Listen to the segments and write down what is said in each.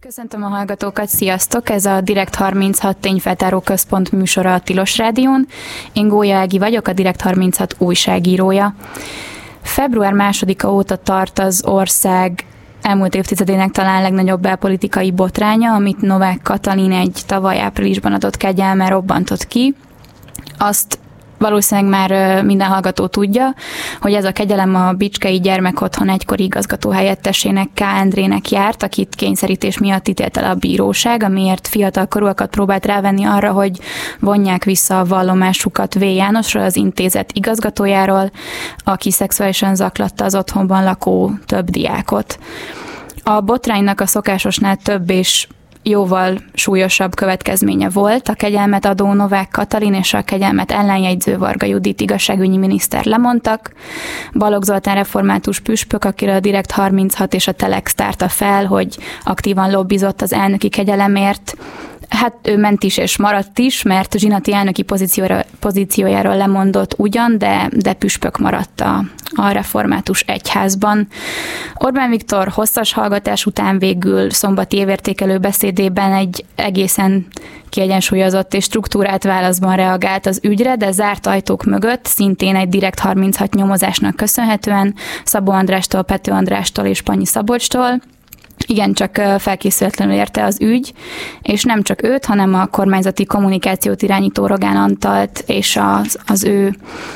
Köszöntöm a hallgatókat, sziasztok! Ez a Direkt 36 tényfeltáró központ műsora a Tilos Rádión. Én Gólya Ági vagyok, a Direkt 36 újságírója. Február 2-a óta tart az ország elmúlt évtizedének talán legnagyobb belpolitikai botránya, amit Novák Katalin egy tavaly áprilisban adott kegyelme robbantott ki. Azt valószínűleg már minden hallgató tudja, hogy ez a kegyelem a Bicskei Gyermekotthon egykori igazgató helyettesének K. Endrének járt, akit kényszerítés miatt ítélt el a bíróság, amiért fiatalkorúakat próbált rávenni arra, hogy vonják vissza a vallomásukat V. Jánosról, az intézet igazgatójáról, aki szexuálisan zaklatta az otthonban lakó több diákot. A botránynak a szokásosnál több és jóval súlyosabb következménye volt. A kegyelmet adó Novák Katalin és a kegyelmet ellenjegyző Varga Judit igazságügyi miniszter lemondtak. Balogh Zoltán református püspök, akiről a Direkt 36 és a Telex tárta fel, hogy aktívan lobbizott az elnöki kegyelemért. Hát ő ment is és maradt is, mert zsinati elnöki pozíciójáról lemondott ugyan, de püspök maradt a református egyházban. Orbán Viktor hosszas hallgatás után végül szombati évértékelő beszédében egy egészen kiegyensúlyozott és struktúrált válaszban reagált az ügyre, de zárt ajtók mögött, szintén egy Direkt 36 nyomozásnak köszönhetően, Szabó Andrástól, Pető Andrástól és Panyi Szabolcstól igen, csak felkészületlenül érte az ügy, és nem csak őt, hanem a kormányzati kommunikációt irányító Rogán Antalt és az ő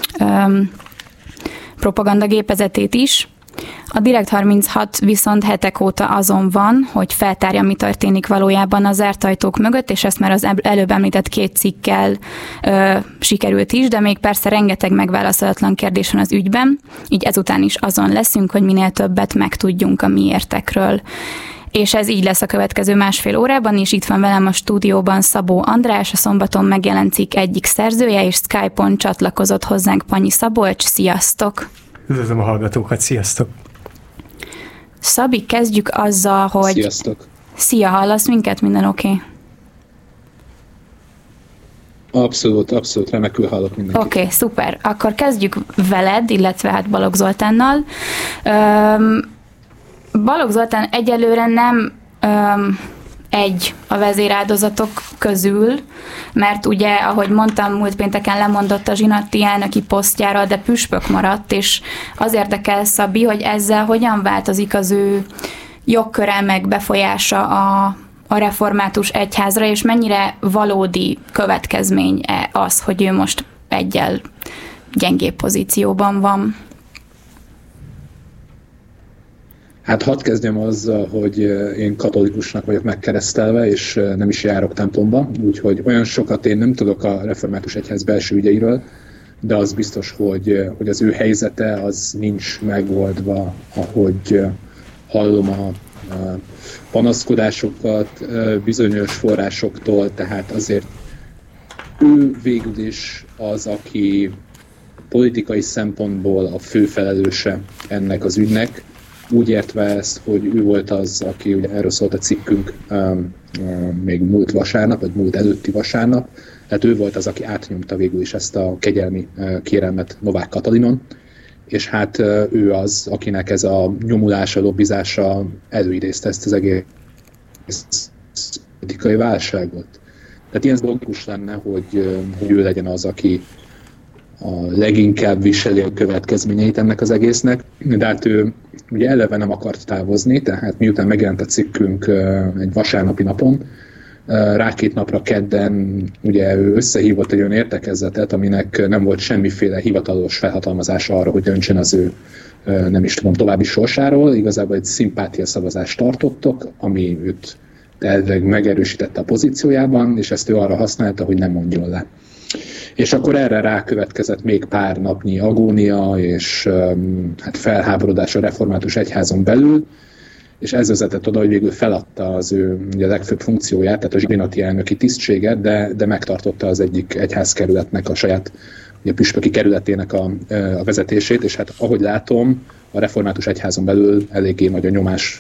propagandagépezetét is. A Direkt 36 viszont hetek óta azon van, hogy feltárja, mi történik valójában az zárt ajtók mögött, és ezt már az előbb említett 2 cikkkel sikerült is, de még persze rengeteg megválaszolatlan kérdés van az ügyben, így ezután is azon leszünk, hogy minél többet megtudjunk a miértekről. És ez így lesz a következő 1,5 órában is. Itt van velem a stúdióban Szabó András, a szombaton megjelent cikk egyik szerzője, és Skype-on csatlakozott hozzánk Panyi Szabolcs. Sziasztok! Üdvözlöm a hallgatókat, sziasztok! Szabi, kezdjük azzal, hogy... Sziasztok! Szia, hallasz minket? Minden oké? Abszolút, remekül hallok mindenkit. Oké, szuper. Akkor kezdjük veled, illetve hát Balogh Zoltánnal. Balogh Zoltán egyelőre nem egy a vezéráldozatok közül, mert ugye, ahogy mondtam, múlt pénteken lemondott a zsinati elnöki posztjára, de püspök maradt, és az érdekel, Szabi, hogy ezzel hogyan változik az ő jogköre meg befolyása a református egyházra, és mennyire valódi következmény az, hogy ő most egyel gyengébb pozícióban van. Hát hadd kezdjem azzal, hogy én katolikusnak vagyok megkeresztelve, és nem is járok templomba, úgyhogy olyan sokat én nem tudok a református egyház belső ügyeiről, de az biztos, hogy az ő helyzete az nincs megoldva, ahogy hallom a panaszkodásokat bizonyos forrásoktól, tehát azért ő végül is az, aki politikai szempontból a fő felelőse ennek az ügynek, úgy értve ezt, hogy ő volt az, aki, ugye erről szólt a cikkünk még múlt vasárnap, vagy múlt előtti vasárnap, tehát ő volt az, aki átnyomta végül is ezt a kegyelmi kérelmet Novák Katalinon, és hát ő az, akinek ez a nyomulása, lobbizása előidézte ezt az egész politikai válságot. Tehát ilyen logikus lenne, hogy ő legyen az, aki a leginkább viseli a következményeit ennek az egésznek, de hát ő ugye eleve nem akart távozni, tehát miután megjelent a cikkünk egy vasárnapi napon, rá 2 napra kedden ugye ő összehívott egy olyan értekezletet, aminek nem volt semmiféle hivatalos felhatalmazása arra, hogy döntsön az ő nem is tudom, további sorsáról. Igazából egy szimpátia szavazást tartottak, ami őt elvileg megerősítette a pozíciójában, és ezt ő arra használta, hogy nem mondjon le. És akkor erre rákövetkezett még pár napnyi agónia és hát felháborodás a református egyházon belül, és ez vezetett oda, hogy végül feladta az ő ugye, legfőbb funkcióját, tehát a zsinati elnöki tisztséget, de megtartotta az egyik egyházkerületnek a saját ugye, püspöki kerületének a vezetését, és hát ahogy látom, a református egyházon belül eléggé nagy a nyomás,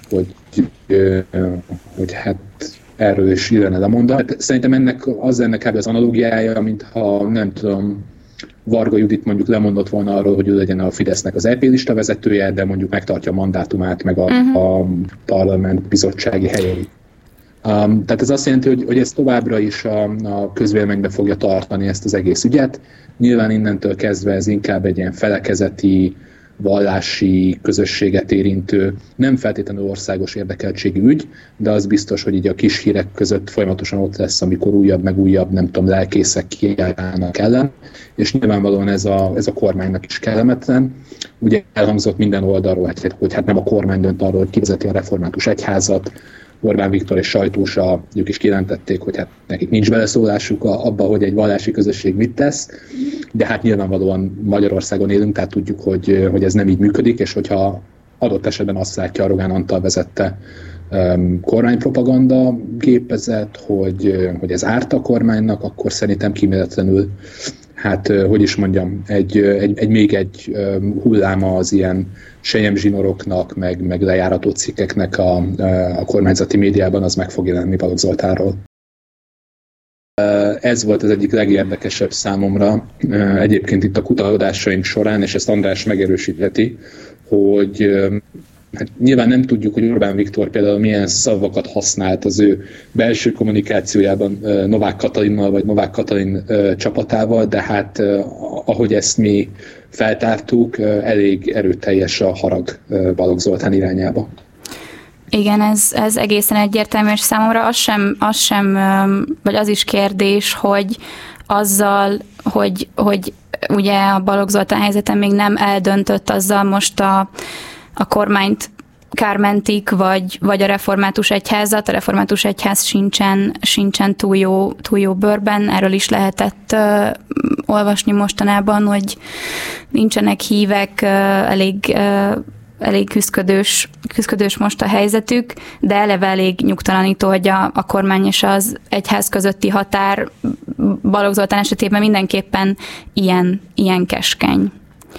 hogy hát erről is illene lemondani. Hát szerintem ennek kb. Az analógiája, mintha nem tudom, Varga Judit mondjuk lemondott volna arról, hogy ő legyen a Fidesznek az EP lista vezetője, de mondjuk megtartja a mandátumát, meg a parlament bizottsági helyeit. Tehát ez azt jelenti, hogy ez továbbra is a közvéleménybe fogja tartani ezt az egész ügyet. Nyilván innentől kezdve ez inkább egy ilyen felekezeti, vallási közösséget érintő, nem feltétlenül országos érdekeltségű ügy, de az biztos, hogy így a kis hírek között folyamatosan ott lesz, amikor újabb meg újabb, nem tudom, lelkészek kiállnak ellen, és nyilvánvalóan ez a kormánynak is kellemetlen. Ugye elhangzott minden oldalról, hogy hát nem a kormány dönt arról, hogy kivezeti a református egyházat. Orbán Viktor és Sajtósa, ők is kijelentették, hogy hát nekik nincs beleszólásuk abba, hogy egy vallási közösség mit tesz, de hát nyilvánvalóan Magyarországon élünk, tehát tudjuk, hogy ez nem így működik, és hogyha adott esetben azt látja a Rogán Antal vezette kormánypropaganda gépezet, hogy ez árt a kormánynak, akkor szerintem kíméletlenül, hát hogy is mondjam, még egy hulláma az ilyen selyemzsinoroknak, meg lejárató cikkeknek a kormányzati médiában, az meg fog jelenni Balogh Zoltánról. Ez volt az egyik legérdekesebb számomra egyébként itt a kutatásaink során, és ezt András megerősítheti, hogy hát nyilván nem tudjuk, hogy Orbán Viktor például milyen szavakat használt az ő belső kommunikációjában Novák Katalinnal, vagy Novák Katalin csapatával, de hát ahogy ezt mi feltártuk, elég erőteljes a harag Balogh Zoltán irányába. Igen, ez egészen egyértelmű, és számomra az sem, vagy az is kérdés, hogy azzal, hogy ugye a Balogh Zoltán helyzeten még nem eldöntött, azzal most a kormányt kármentik, vagy a református egyházat. A református egyház sincsen túl jó bőrben. Erről is lehetett olvasni mostanában, hogy nincsenek hívek, elég küszködős most a helyzetük, de eleve elég nyugtalanító, hogy a kormány és az egyház közötti határ Balogh Zoltán esetében mindenképpen ilyen keskeny.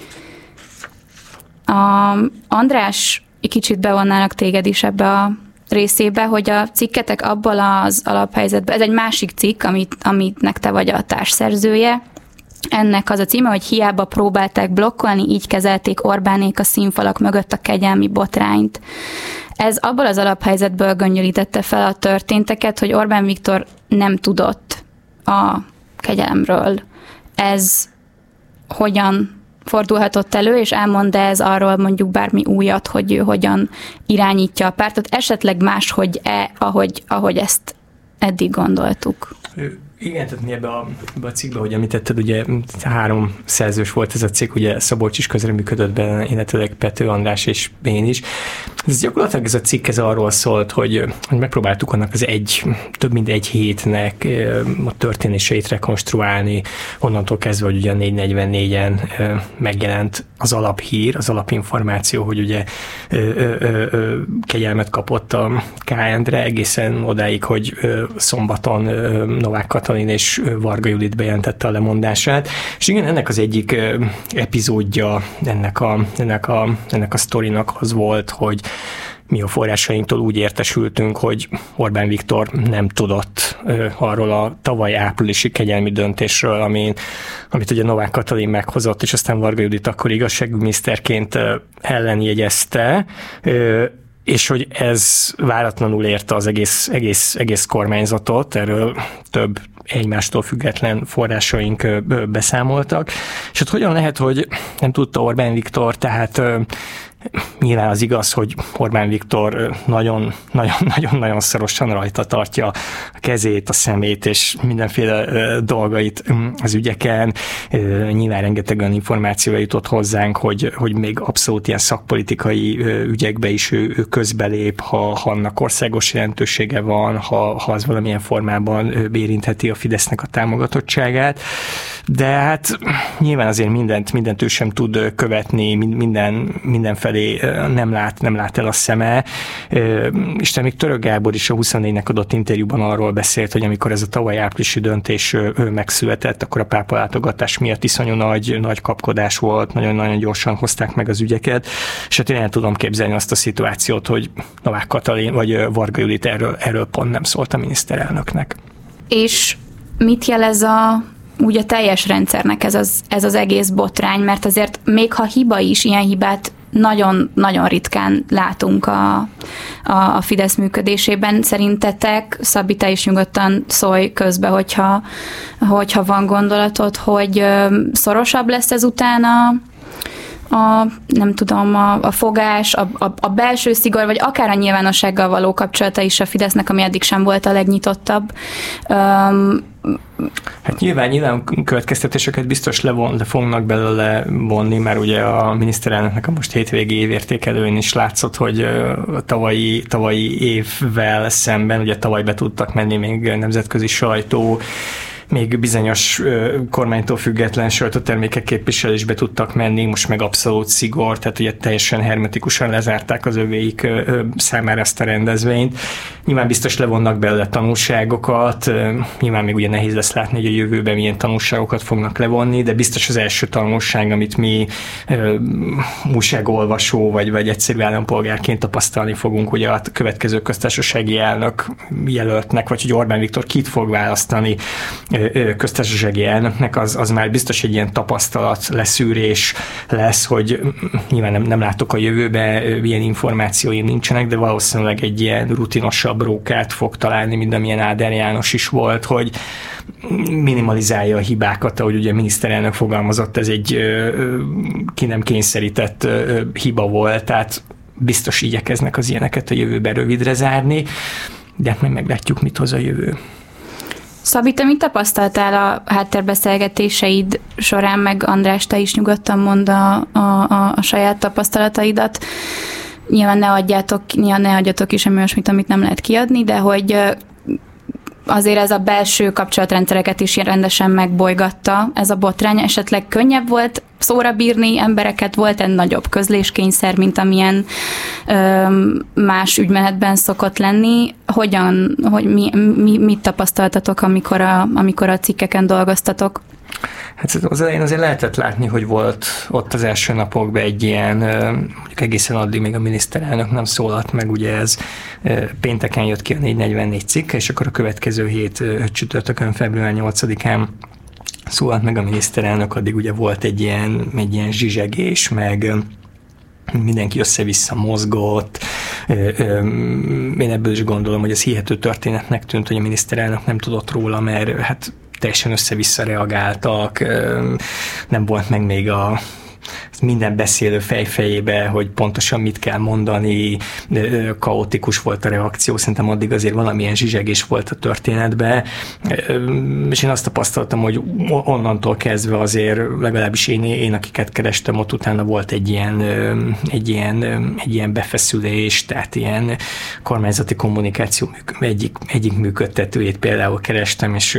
András, kicsit bevonnálak téged is ebbe a részébe, hogy a cikketek abból az alaphelyzetben, ez egy másik cikk, amitnek te vagy a társszerzője. Ennek az a címe, hogy hiába próbálták blokkolni, így kezelték Orbánék a színfalak mögött a kegyelmi botrányt. Ez abból az alaphelyzetből göngyölítette fel a történteket, hogy Orbán Viktor nem tudott a kegyelemről. Ez hogyan fordulhatott elő, és elmond ez arról mondjuk bármi újat, hogy ő hogyan irányítja a pártot, esetleg máshogy ahogy ezt eddig gondoltuk. Igen, tehát mi ebbe a cikkbe, hogy említetted, ugye 3 szerzős volt ez a cikk, ugye Szabolcs is közreműködött benne, illetőleg Pető András és én is. Ez gyakorlatilag ez a cikk ez arról szólt, hogy megpróbáltuk annak az több mint egy hétnek a történéseit rekonstruálni, onnantól kezdve, hogy ugye a 444-en megjelent az alaphír, az alapinformáció, hogy ugye kegyelmet kapott a K. Endre, egészen odáig, hogy szombaton Novák Katalin és Varga Judit bejelentette a lemondását. És igen, ennek az egyik epizódja ennek a sztorinak az volt, hogy mi a forrásainktól úgy értesültünk, hogy Orbán Viktor nem tudott arról a tavaly áprilisi kegyelmi döntésről, amit ugye Novák Katalin meghozott, és aztán Varga Judit akkor igazságügyminiszterként ellenjegyezte, és hogy ez váratlanul érte az egész kormányzatot, erről több egymástól független forrásaink beszámoltak. És hát hogyan lehet, hogy nem tudta Orbán Viktor, tehát nyilván az igaz, hogy Orbán Viktor nagyon szorosan rajta tartja a kezét, a szemét és mindenféle dolgait az ügyeken. Nyilván rengeteg olyan információja jutott hozzánk, hogy még abszolút ilyen szakpolitikai ügyekbe is ő közbelép, ha annak országos jelentősége van, ha az valamilyen formában érintheti a Fidesznek a támogatottságát. De hát nyilván azért mindent ő sem tud követni, mindenfelé nem lát el a szeme. És te még Török Gábor is a 24-nek adott interjúban arról beszélt, hogy amikor ez a tavaly áprilisi döntés megszületett, akkor a pápa látogatás miatt iszonyú nagy kapkodás volt, nagyon-nagyon gyorsan hozták meg az ügyeket, és hát én el tudom képzelni azt a szituációt, hogy Novák Katalin vagy Varga Judit erről pont nem szólt a miniszterelnöknek. És mit jelez úgy a teljes rendszernek ez az egész botrány, mert azért még ha hiba is, ilyen hibát nagyon ritkán látunk a Fidesz működésében. Szerintetek, Szabi, te is nyugodtan szólj közbe, hogyha van gondolatod, hogy szorosabb lesz ezután a fogás, a belső szigor, vagy akár a nyilvánossággal való kapcsolata is a Fidesznek, ami eddig sem volt a legnyitottabb. Hát nyilván következtetéseket biztos le fognak belőle vonni, mert ugye a miniszterelnöknek a most hétvégi évértékelőn is látszott, hogy a tavalyi évvel szemben, ugye tavaly be tudtak menni még nemzetközi sajtó, még bizonyos kormánytól független sajtótermékek képviselésbe tudtak menni, most meg abszolút szigor, tehát ugye teljesen hermetikusan lezárták az övéik számára ezt a rendezvényt. Nyilván biztos levonnak belőle tanulságokat, nyilván még ugye nehéz lesz látni, hogy a jövőben milyen tanulságokat fognak levonni, de biztos az első tanulság, amit mi újságolvasó vagy egyszerű állampolgárként tapasztalni fogunk, ugye a következő köztársasági elnök jelöltnek, vagy hogy Orbán Viktor kit fog választani köztársasági elnöknek, az már biztos egy ilyen tapasztalat leszűrés lesz, hogy nyilván nem látok a jövőbe, ilyen információim nincsenek, de valószínűleg egy ilyen rutinosabb rókát fog találni, mint amilyen Áder János is volt, hogy minimalizálja a hibákat, ahogy ugye a miniszterelnök fogalmazott, ez egy ki nem kényszerített hiba volt, tehát biztos igyekeznek az ilyeneket a jövőben rövidre zárni, de hát majd meglátjuk, mit hoz a jövő. Szabi, te mit tapasztaltál a háttérbeszélgetéseid során, meg András, te is nyugodtan mondd a saját tapasztalataidat. Nyilván ne adjatok is semmi olyasmit, amit nem lehet kiadni, de hogy azért ez a belső kapcsolatrendszereket is rendesen megbolygatta ez a botrány. Esetleg könnyebb volt szóra bírni embereket, volt egy nagyobb közléskényszer, mint amilyen más ügymenetben szokott lenni. Mit tapasztaltatok, amikor a cikkeken dolgoztatok? Hát az elején azért lehetett látni, hogy volt ott az első napokban egy ilyen, mondjuk egészen addig még a miniszterelnök nem szólalt meg, ugye ez pénteken jött ki a 444 cikk, és akkor a következő hét csütörtökön, február 8-án szólalt meg a miniszterelnök, addig ugye volt egy ilyen zsizsegés, meg mindenki össze-vissza mozgott. Én ebből is gondolom, hogy ez hihető történetnek tűnt, hogy a miniszterelnök nem tudott róla, mert hát teljesen össze-vissza reagáltak, nem volt meg még minden beszélő fejébe, hogy pontosan mit kell mondani, kaotikus volt a reakció, szerintem addig azért valamilyen zsizsegés volt a történetben, és én azt tapasztaltam, hogy onnantól kezdve azért legalábbis én akiket kerestem, ott utána volt egy ilyen befeszülés, tehát ilyen kormányzati kommunikáció egyik működtetőjét például kerestem, és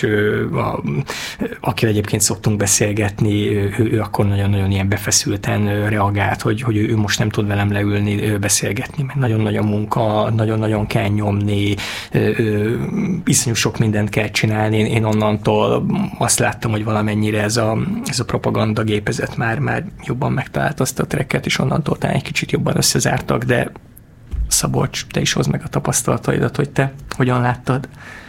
akivel egyébként szoktunk beszélgetni, ő akkor nagyon ilyen befeszülten reagált, hogy ő most nem tud velem leülni, beszélgetni, mert nagyon-nagyon munka, nagyon-nagyon kell nyomni, iszonyú sok mindent kell csinálni. Én onnantól azt láttam, hogy valamennyire ez a propaganda gépezet már jobban megtalálta azt a tracket, és onnantól talán egy kicsit jobban összezártak, de Szabolcs, te is hozd meg a tapasztalataidat, hogy te hogyan láttad?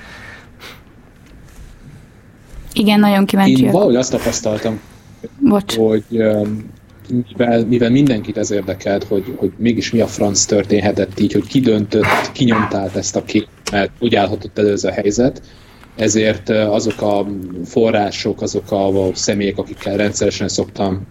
Igen, nagyon kíváncsi. Én valahogy azt tapasztaltam, hogy mivel mindenkit ez érdekelt, hogy mégis mi a franc történhetett így, hogy ki döntött, ki nyomta át ezt a képet, hogy állhatott elő ez a helyzet, ezért azok a források, azok a személyek, akikkel rendszeresen szoktam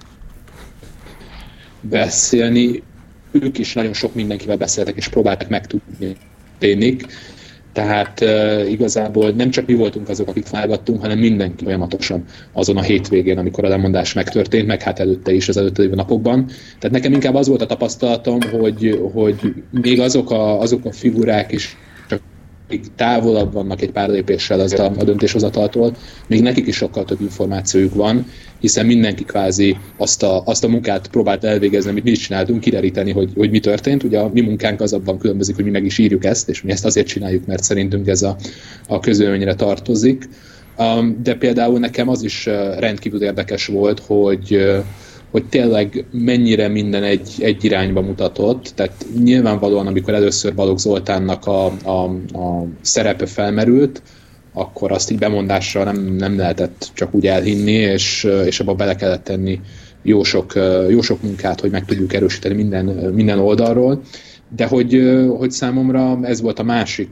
beszélni, ők is nagyon sok mindenkivel beszéltek, és próbáltak megtudni tényleg. Tehát igazából nem csak mi voltunk azok, akik fájgattunk, hanem mindenki folyamatosan azon a hétvégén, amikor a lemondás megtörtént, meg hát előtte is, az előtte lévő napokban. Tehát nekem inkább az volt a tapasztalatom, hogy még azok a figurák is, akik távolabb vannak egy pár lépéssel a döntéshozataltól, még nekik is sokkal több információjuk van, hiszen mindenki kvázi azt a munkát próbált elvégezni, amit mi is csináltunk, kideríteni, hogy mi történt. Ugye a mi munkánk az abban különbözik, hogy mi meg is írjuk ezt, és mi ezt azért csináljuk, mert szerintünk ez a közvéleményre tartozik. De például nekem az is rendkívül érdekes volt, hogy tényleg mennyire minden egy irányba mutatott. Tehát nyilvánvalóan, amikor először Balogh Zoltánnak a szerepe felmerült, akkor azt így bemondásra nem lehetett csak úgy elhinni, és abba bele kellett tenni jó sok munkát, hogy meg tudjuk erősíteni minden oldalról, de hogy számomra ez volt a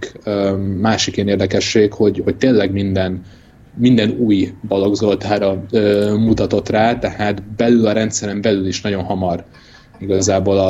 másik ilyen érdekesség, hogy tényleg minden új Balogh Zoltánra mutatott rá, tehát belül a rendszeren belül is nagyon hamar igazából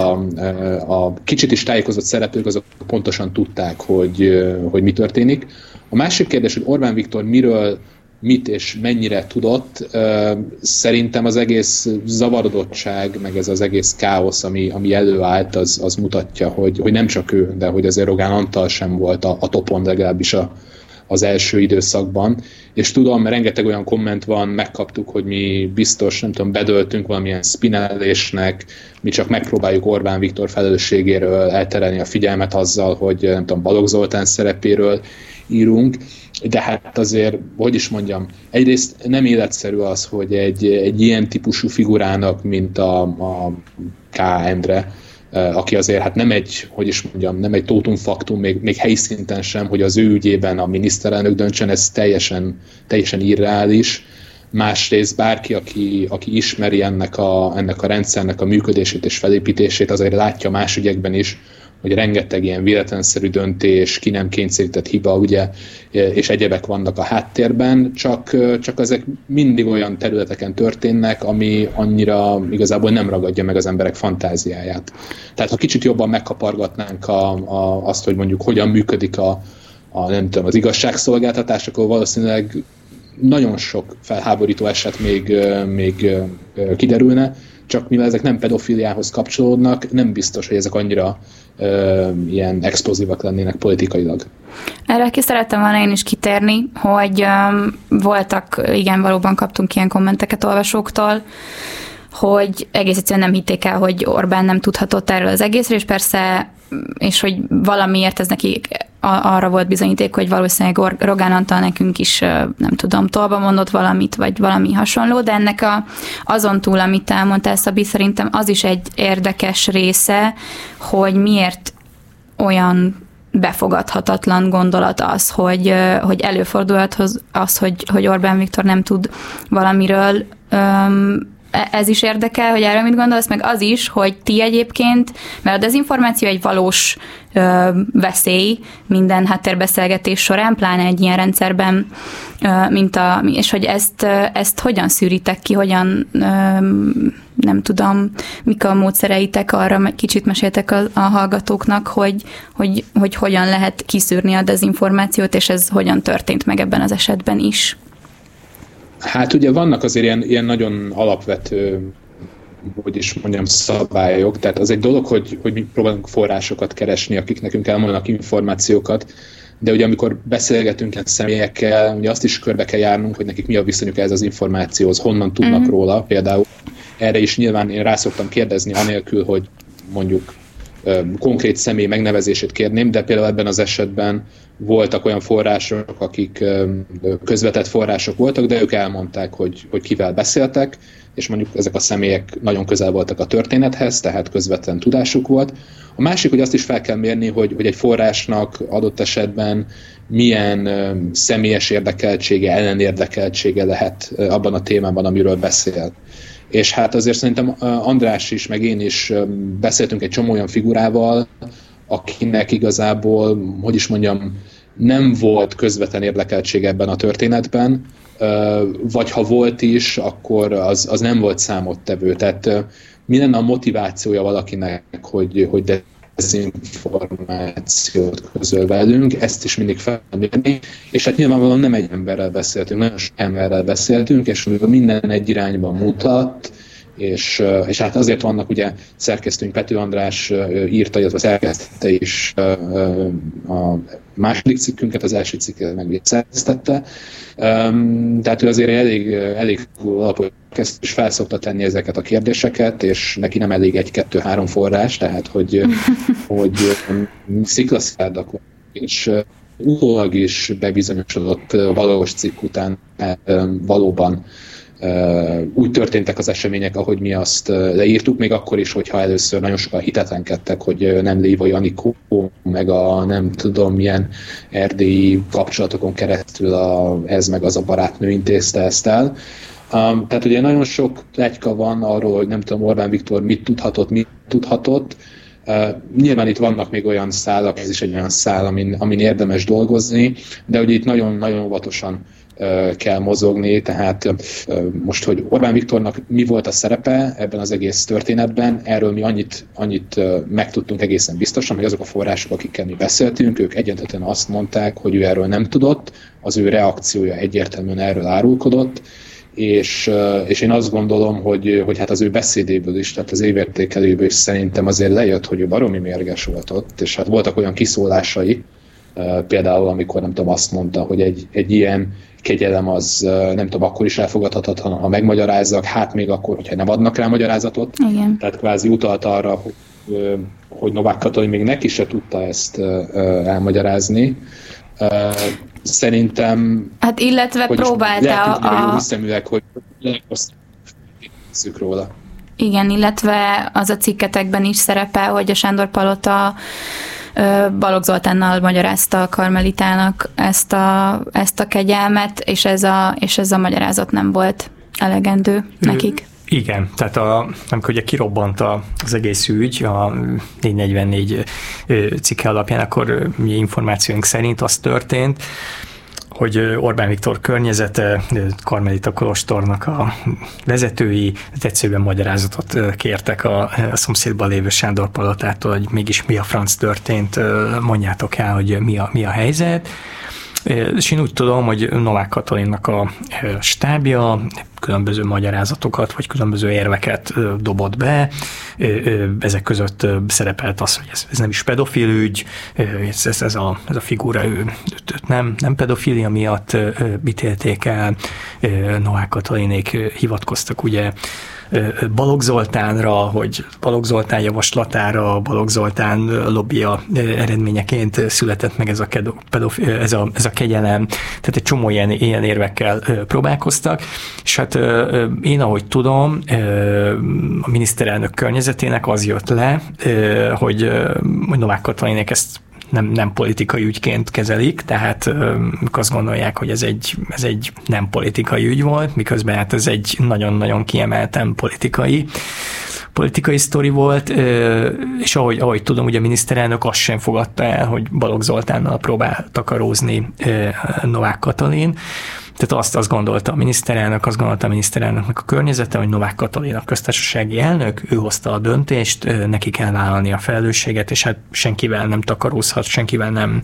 a kicsit is tájékozott szereplők azok pontosan tudták, hogy mi történik. A másik kérdés, hogy Orbán Viktor miről, mit és mennyire tudott, szerintem az egész zavarodottság, meg ez az egész káosz, ami előállt, az mutatja, hogy nem csak ő, de hogy azért Rogán Antal sem volt a topon, legalábbis az első időszakban. És tudom, rengeteg olyan komment van, megkaptuk, hogy mi biztos, nem tudom, bedöltünk valamilyen spinelésnek, mi csak megpróbáljuk Orbán Viktor felelősségéről elterelni a figyelmet azzal, hogy nem tudom, Balogh Zoltán szerepéről írunk, de hát azért, hogy is mondjam, egyrészt nem életszerű az, hogy egy ilyen típusú figurának, mint a K. Endre, aki azért hát nem egy totum faktum, még helyi szinten sem, hogy az ő ügyében a miniszterelnök döntsön, ez teljesen irreális. Másrészt bárki, aki ismeri ennek a rendszernek a működését és felépítését, azért látja más ügyekben is, hogy rengeteg ilyen véletlenszerű döntés, ki nem kényszerített hiba, ugye, és egyebek vannak a háttérben, csak ezek mindig olyan területeken történnek, ami annyira igazából nem ragadja meg az emberek fantáziáját. Tehát ha kicsit jobban megkapargatnánk azt, hogy mondjuk hogyan működik nem tudom, az igazságszolgáltatás, akkor valószínűleg nagyon sok felháborító eset még kiderülne, csak mivel ezek nem pedofiliához kapcsolódnak, nem biztos, hogy ezek annyira ilyen explozívak lennének politikailag. Erre ki szerettem volna én is kitérni, hogy voltak, igen, valóban kaptunk ilyen kommenteket olvasóktól, hogy egész egyszerűen nem hitték el, hogy Orbán nem tudhatott erről az egészről, és persze, és hogy valamiért ez neki arra volt bizonyíték, hogy valószínűleg Rogán Antal nekünk is, nem tudom, tolba mondott valamit, vagy valami hasonló, de ennek azon túl, amit elmondtál, Szabi, szerintem az is egy érdekes része, hogy miért olyan befogadhatatlan gondolat az, hogy előfordulhat az, hogy Orbán Viktor nem tud valamiről. Ez is érdekel, hogy erről mit gondolsz, meg az is, hogy ti egyébként, mert a dezinformáció egy valós veszély minden háttérbeszélgetés során, pláne egy ilyen rendszerben, és hogy ezt hogyan szűritek ki, hogyan, nem tudom, mik a módszereitek arra, kicsit meséltek a hallgatóknak, hogy hogyan lehet kiszűrni a dezinformációt, és ez hogyan történt meg ebben az esetben is. Hát ugye vannak azért ilyen nagyon alapvető, hogy is mondjam, szabályok, tehát az egy dolog, hogy mi próbálunk forrásokat keresni, akik nekünk elmondanak információkat, de ugye amikor beszélgetünk ilyen személyekkel, ugye azt is körbe kell járnunk, hogy nekik mi a viszonyuk ez az információhoz, honnan tudnak róla, például erre is nyilván én rá szoktam kérdezni, anélkül, hogy mondjuk konkrét személy megnevezését kérném, de például ebben az esetben voltak olyan források, akik közvetett források voltak, de ők elmondták, hogy kivel beszéltek, és mondjuk ezek a személyek nagyon közel voltak a történethez, tehát közvetlen tudásuk volt. A másik, hogy azt is fel kell mérni, hogy egy forrásnak adott esetben milyen személyes érdekeltsége, ellenérdekeltsége lehet abban a témában, amiről beszél. És hát azért szerintem András is, meg én is beszéltünk egy csomó olyan figurával, akinek igazából, hogy is mondjam, nem volt közvetlen érdekeltsége ebben a történetben, vagy ha volt is, akkor az nem volt számottevő. Tehát mi lenne a motivációja valakinek, hogy dezinformációt közöl velünk, ezt is mindig felmérni, és hát nyilvánvalóan nem egy emberrel beszéltünk, nagyon sok emberrel beszéltünk, és minden egy irányban mutat, és hát azért vannak, ugye szerkesztőnk Pető András írta, illetve szerkesztette is a második cikkünket, az első cikket meg szerkesztette. Tehát ő azért elég alapos és fel szokta tenni ezeket a kérdéseket, és neki nem elég 1-2-3 forrás, tehát hogy sziklaszárdak van, és utólag is bebizonyosodott valós cikk után valóban úgy történtek az események, ahogy mi azt leírtuk, még akkor is, hogyha először nagyon sokan hitetlenkedtek, hogy nem Lévai Anikó, meg a nem tudom milyen erdélyi kapcsolatokon keresztül ez meg az a barátnő intézte ezt el. Tehát ugye nagyon sok pletyka van arról, hogy nem tudom, Orbán Viktor mit tudhatott. Nyilván itt vannak még olyan szálak, ez is egy olyan szál, amin érdemes dolgozni, de ugye itt nagyon-nagyon óvatosan kell mozogni, tehát most, hogy Orbán Viktornak mi volt a szerepe ebben az egész történetben, erről mi annyit megtudtunk egészen biztosan, hogy azok a források, akikkel mi beszéltünk, ők egyáltalán azt mondták, hogy ő erről nem tudott, az ő reakciója egyértelműen erről árulkodott, és én azt gondolom, hogy hát az ő beszédéből is, tehát az évértékelőből is szerintem azért lejött, hogy ő baromi mérges volt ott, és hát voltak olyan kiszólásai, például amikor nem tudom, azt mondta, hogy egy ilyen kegyelem az nem tudom, akkor is elfogadhatatlan, ha megmagyarázzak, hát még akkor, hogyha nem adnak rá magyarázatot. Igen. Tehát kvázi utalt arra, hogy Novák Katalin még neki se tudta ezt elmagyarázni. Szerintem... Hát illetve próbálta a... hiszeműleg, hogy szük róla. Igen, illetve az a cikketekben is szerepel, hogy a Sándor Palota Balogh Zoltánnal magyarázta a karmelitának ezt a kegyelmet, és ez a magyarázat nem volt elegendő nekik. Igen, tehát amikor ugye kirobbant az egész ügy, a 444 cikke alapján, akkor információink szerint az történt, hogy Orbán Viktor környezete, karmelita kolostornak a vezetői egyszerűen magyarázatot kértek a szomszédban lévő Sándor Palotától, hogy mégis mi a franc történt, mondjátok el, hogy mi a helyzet. És én úgy tudom, hogy Novák Katalinnak a stábja különböző magyarázatokat, vagy különböző érveket dobott be. Ezek között szerepelt az, hogy ez nem is pedofil ügy, ez a figura őt nem pedofilia miatt ítélték el. Novák Katalinék hivatkoztak ugye Balogh Zoltánra, hogy Balogh Zoltán javaslatára, Balogh Zoltán lobbija eredményeként született meg ez a kegyelem. Tehát egy csomó ilyen érvekkel próbálkoztak, és hát én, ahogy tudom, a miniszterelnök környezetének az jött le, hogy Novák Katalinék ezt nem politikai ügyként kezelik, tehát azt gondolják, hogy ez egy nem politikai ügy volt, miközben hát ez egy nagyon-nagyon kiemelten politikai sztori volt, és ahogy tudom, ugye a miniszterelnök azt sem fogadta el, hogy Balogh Zoltánnal próbál takarózni Novák Katalin. Tehát azt gondolta a miniszterelnöknek a környezete, hogy Novák Katalin a köztársasági elnök, ő hozta a döntést, neki kell vállalni a felelősséget, és hát senkivel nem takarózhat, senkire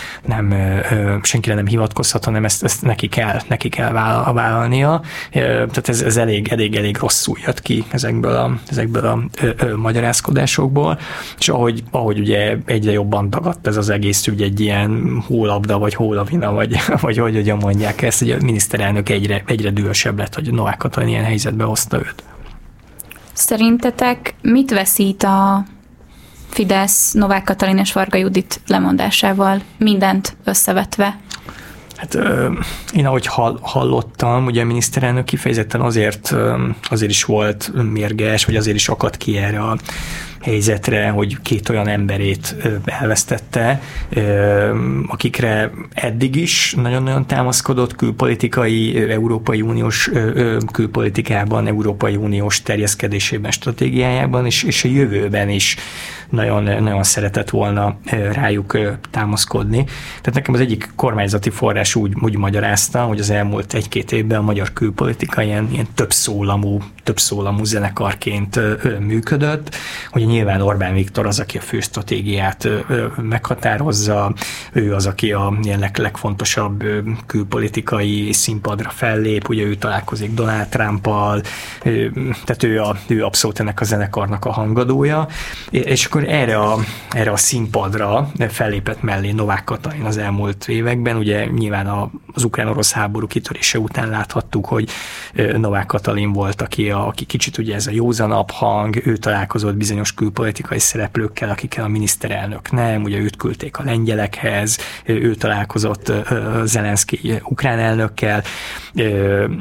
nem hivatkozhat, hanem ezt neki kell vállalnia. Tehát ez elég rosszul jött ki ezekből a magyarázkodásokból, és ahogy ugye egyre jobban dagadt ez az egész ügy, egy ilyen hólabda, vagy hólavina, vagy hogy mondják ezt, hogy a miniszterelnök egyre dühösebb lett, hogy Novák Katalin ilyen helyzetbe hozta őt. Szerintetek mit veszít a Fidesz Novák Katalin és Varga Judit lemondásával, mindent összevetve? Hát én ahogy hallottam, ugye a miniszterelnök kifejezetten azért is volt mérges, vagy azért is akadt ki erre a helyzetre, hogy két olyan emberét elvesztette, akikre eddig is nagyon-nagyon támaszkodott külpolitikai, Európai Uniós külpolitikában, Európai Uniós terjeszkedésében, stratégiájában, és a jövőben is nagyon szeretett volna rájuk támaszkodni. Tehát nekem az egyik kormányzati forrás úgy magyarázta, hogy az elmúlt 1-2 évben a magyar külpolitika ilyen többszólamú zenekarként működött, hogy nyilván Orbán Viktor az, aki a fő stratégiát meghatározza, ő az, aki a legfontosabb külpolitikai színpadra fellép, ugye ő találkozik Donald Trumpal, tehát ő abszolút ennek a zenekarnak a hangadója, és akkor erre a színpadra fellépett mellé Novák Katalin az elmúlt években, ugye nyilván az ukrán-orosz háború kitörése után láthattuk, hogy Novák Katalin volt, aki kicsit ugye ez a józanabb hang, ő találkozott bizonyos külpolitikai szereplőkkel, akikkel a miniszterelnök nem, ugye őt küldték a lengyelekhez, ő találkozott Zelenszky ukrán elnökkel,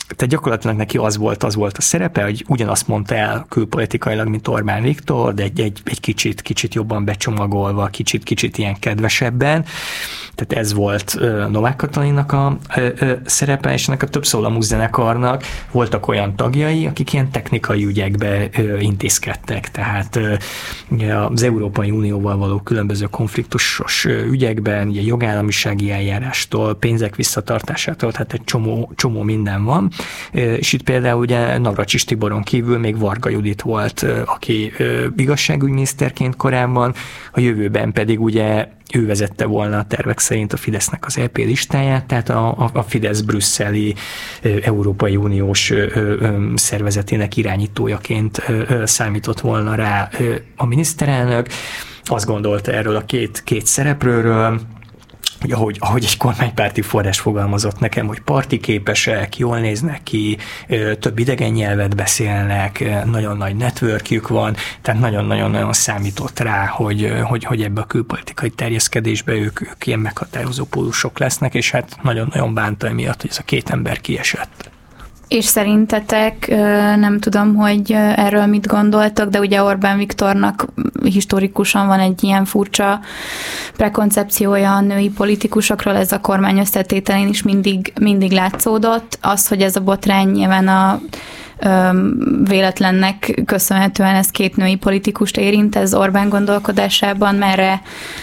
Tehát gyakorlatilag neki az volt a szerepe, hogy ugyanazt mondta el külpolitikailag, mint Orbán Viktor, de egy kicsit jobban becsomagolva, kicsit ilyen kedvesebben. Tehát ez volt Novák Katalinnak a szerepe, és ennek a többszólamú zenekarnak voltak olyan tagjai, akik ilyen technikai ügyekbe intézkedtek. Tehát az Európai Unióval való különböző konfliktusos ügyekben, ugye jogállamisági eljárástól, pénzek visszatartásától, tehát egy csomó minden van. És itt például ugye Navracsics Tiboron kívül még Varga Judit volt, aki igazságügyminiszterként korábban, a jövőben pedig ugye ő vezette volna a tervek szerint a Fidesznek az EP listáját, tehát a Fidesz brüsszeli Európai Uniós szervezetének irányítójaként számított volna rá a miniszterelnök. Azt gondolta erről a két szereplőről, ahogy egy kormánypárti forrás fogalmazott nekem, hogy partiképesek, jól néznek ki, több idegen nyelvet beszélnek, nagyon nagy networkjük van, tehát nagyon-nagyon számított rá, hogy ebbe a külpolitikai terjeszkedésbe ők ilyen meghatározó pólusok lesznek, és hát nagyon-nagyon bánta emiatt, hogy ez a két ember kiesett. És szerintetek, nem tudom, hogy erről mit gondoltok, de ugye Orbán Viktornak historikusan van egy ilyen furcsa prekoncepciója a női politikusokról, ez a kormány összetételén is mindig látszódott. Az, hogy ez a botrány nyilván a véletlennek köszönhetően ez két női politikust érint, ez Orbán gondolkodásában merre